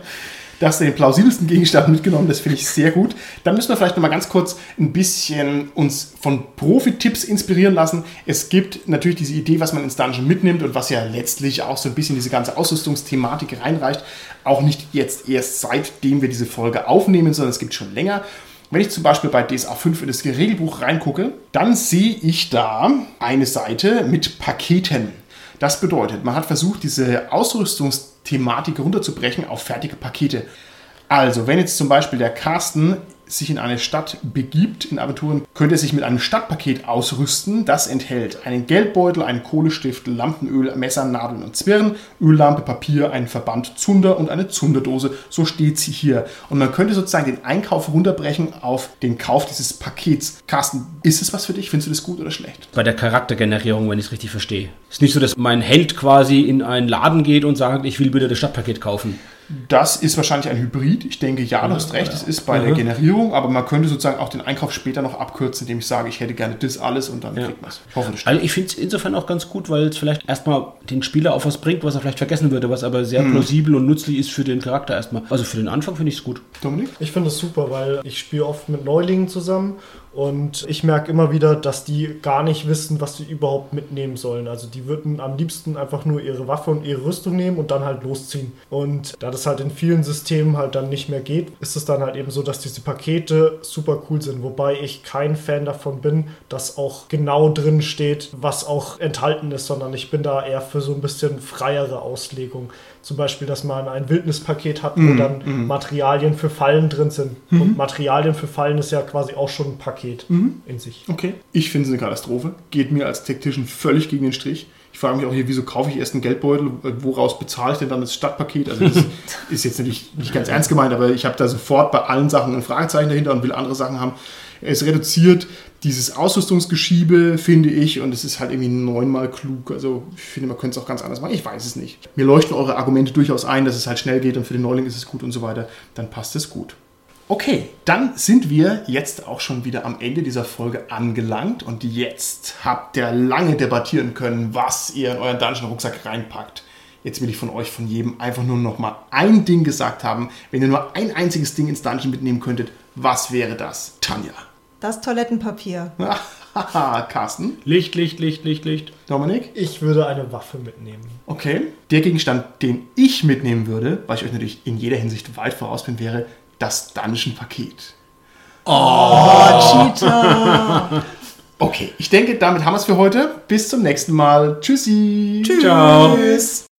Da hast du den plausibelsten Gegenstand mitgenommen, das finde ich sehr gut. Dann müssen wir vielleicht noch mal ganz kurz ein bisschen uns von Profi-Tipps inspirieren lassen. Es gibt natürlich diese Idee, was man ins Dungeon mitnimmt und was ja letztlich auch so ein bisschen diese ganze Ausrüstungsthematik reinreicht. Auch nicht jetzt erst seitdem wir diese Folge aufnehmen, sondern es gibt schon länger. Wenn ich zum Beispiel bei D S A fünf in das Regelbuch reingucke, dann sehe ich da eine Seite mit Paketen. Das bedeutet, man hat versucht, diese Ausrüstungsthematik runterzubrechen auf fertige Pakete. Also, wenn jetzt zum Beispiel der Carsten sich in eine Stadt begibt, in Aventuren, könnte er sich mit einem Stadtpaket ausrüsten. Das enthält einen Geldbeutel, einen Kohlestift, Lampenöl, Messer, Nadeln und Zwirn, Öllampe, Papier, einen Verband Zunder und eine Zunderdose. So steht sie hier. Und man könnte sozusagen den Einkauf runterbrechen auf den Kauf dieses Pakets. Carsten, ist es was für dich? Findest du das gut oder schlecht? Bei der Charaktergenerierung, wenn ich es richtig verstehe. Es ist nicht so, dass mein Held quasi in einen Laden geht und sagt, ich will bitte das Stadtpaket kaufen. Das ist wahrscheinlich ein Hybrid. Ich denke, ja, du hast recht, es ist bei ja. der Generierung, aber man könnte sozusagen auch den Einkauf später noch abkürzen, indem ich sage, ich hätte gerne das alles und dann ja. kriegt man es. Ich hoffe, das stimmt. Also ich finde es insofern auch ganz gut, weil es vielleicht erstmal den Spieler auf was bringt, was er vielleicht vergessen würde, was aber sehr hm. plausibel und nützlich ist für den Charakter erstmal. Also für den Anfang finde ich es gut. Dominik? Ich finde es super, weil ich spiele oft mit Neulingen zusammen. Und ich merke immer wieder, dass die gar nicht wissen, was sie überhaupt mitnehmen sollen. Also die würden am liebsten einfach nur ihre Waffe und ihre Rüstung nehmen und dann halt losziehen. Und da das halt in vielen Systemen halt dann nicht mehr geht, ist es dann halt eben so, dass diese Pakete super cool sind. Wobei ich kein Fan davon bin, dass auch genau drin steht, was auch enthalten ist, sondern ich bin da eher für so ein bisschen freiere Auslegung. Zum Beispiel, dass man ein Wildnispaket hat, wo mm, dann mm. Materialien für Fallen drin sind. Mm. Und Materialien für Fallen ist ja quasi auch schon ein Paket mm. in sich. Okay. Ich finde es eine Katastrophe. Geht mir als Tactician völlig gegen den Strich. Ich frage mich auch hier, wieso kaufe ich erst einen Geldbeutel? Woraus bezahle ich denn dann das Stadtpaket? Also das ist jetzt natürlich nicht ganz ernst gemeint, aber ich habe da sofort bei allen Sachen ein Fragezeichen dahinter und will andere Sachen haben. Es reduziert dieses Ausrüstungsgeschiebe, finde ich, und es ist halt irgendwie neunmal klug. Also ich finde, man könnte es auch ganz anders machen. Ich weiß es nicht. Mir leuchten eure Argumente durchaus ein, dass es halt schnell geht und für den Neuling ist es gut und so weiter. Dann passt es gut. Okay, dann sind wir jetzt auch schon wieder am Ende dieser Folge angelangt und jetzt habt ihr lange debattieren können, was ihr in euren Dungeon-Rucksack reinpackt. Jetzt will ich von euch, von jedem, einfach nur noch mal ein Ding gesagt haben. Wenn ihr nur ein einziges Ding ins Dungeon mitnehmen könntet, was wäre das? Tanja. Das Toilettenpapier. Haha, Carsten. Licht, Licht, Licht, Licht, Licht. Dominik. Ich würde eine Waffe mitnehmen. Okay. Der Gegenstand, den ich mitnehmen würde, weil ich euch natürlich in jeder Hinsicht weit voraus bin, wäre das Dungeon-Paket. Oh, Cheater. Okay, ich denke, damit haben wir es für heute. Bis zum nächsten Mal. Tschüssi. Ciao. Tschüss.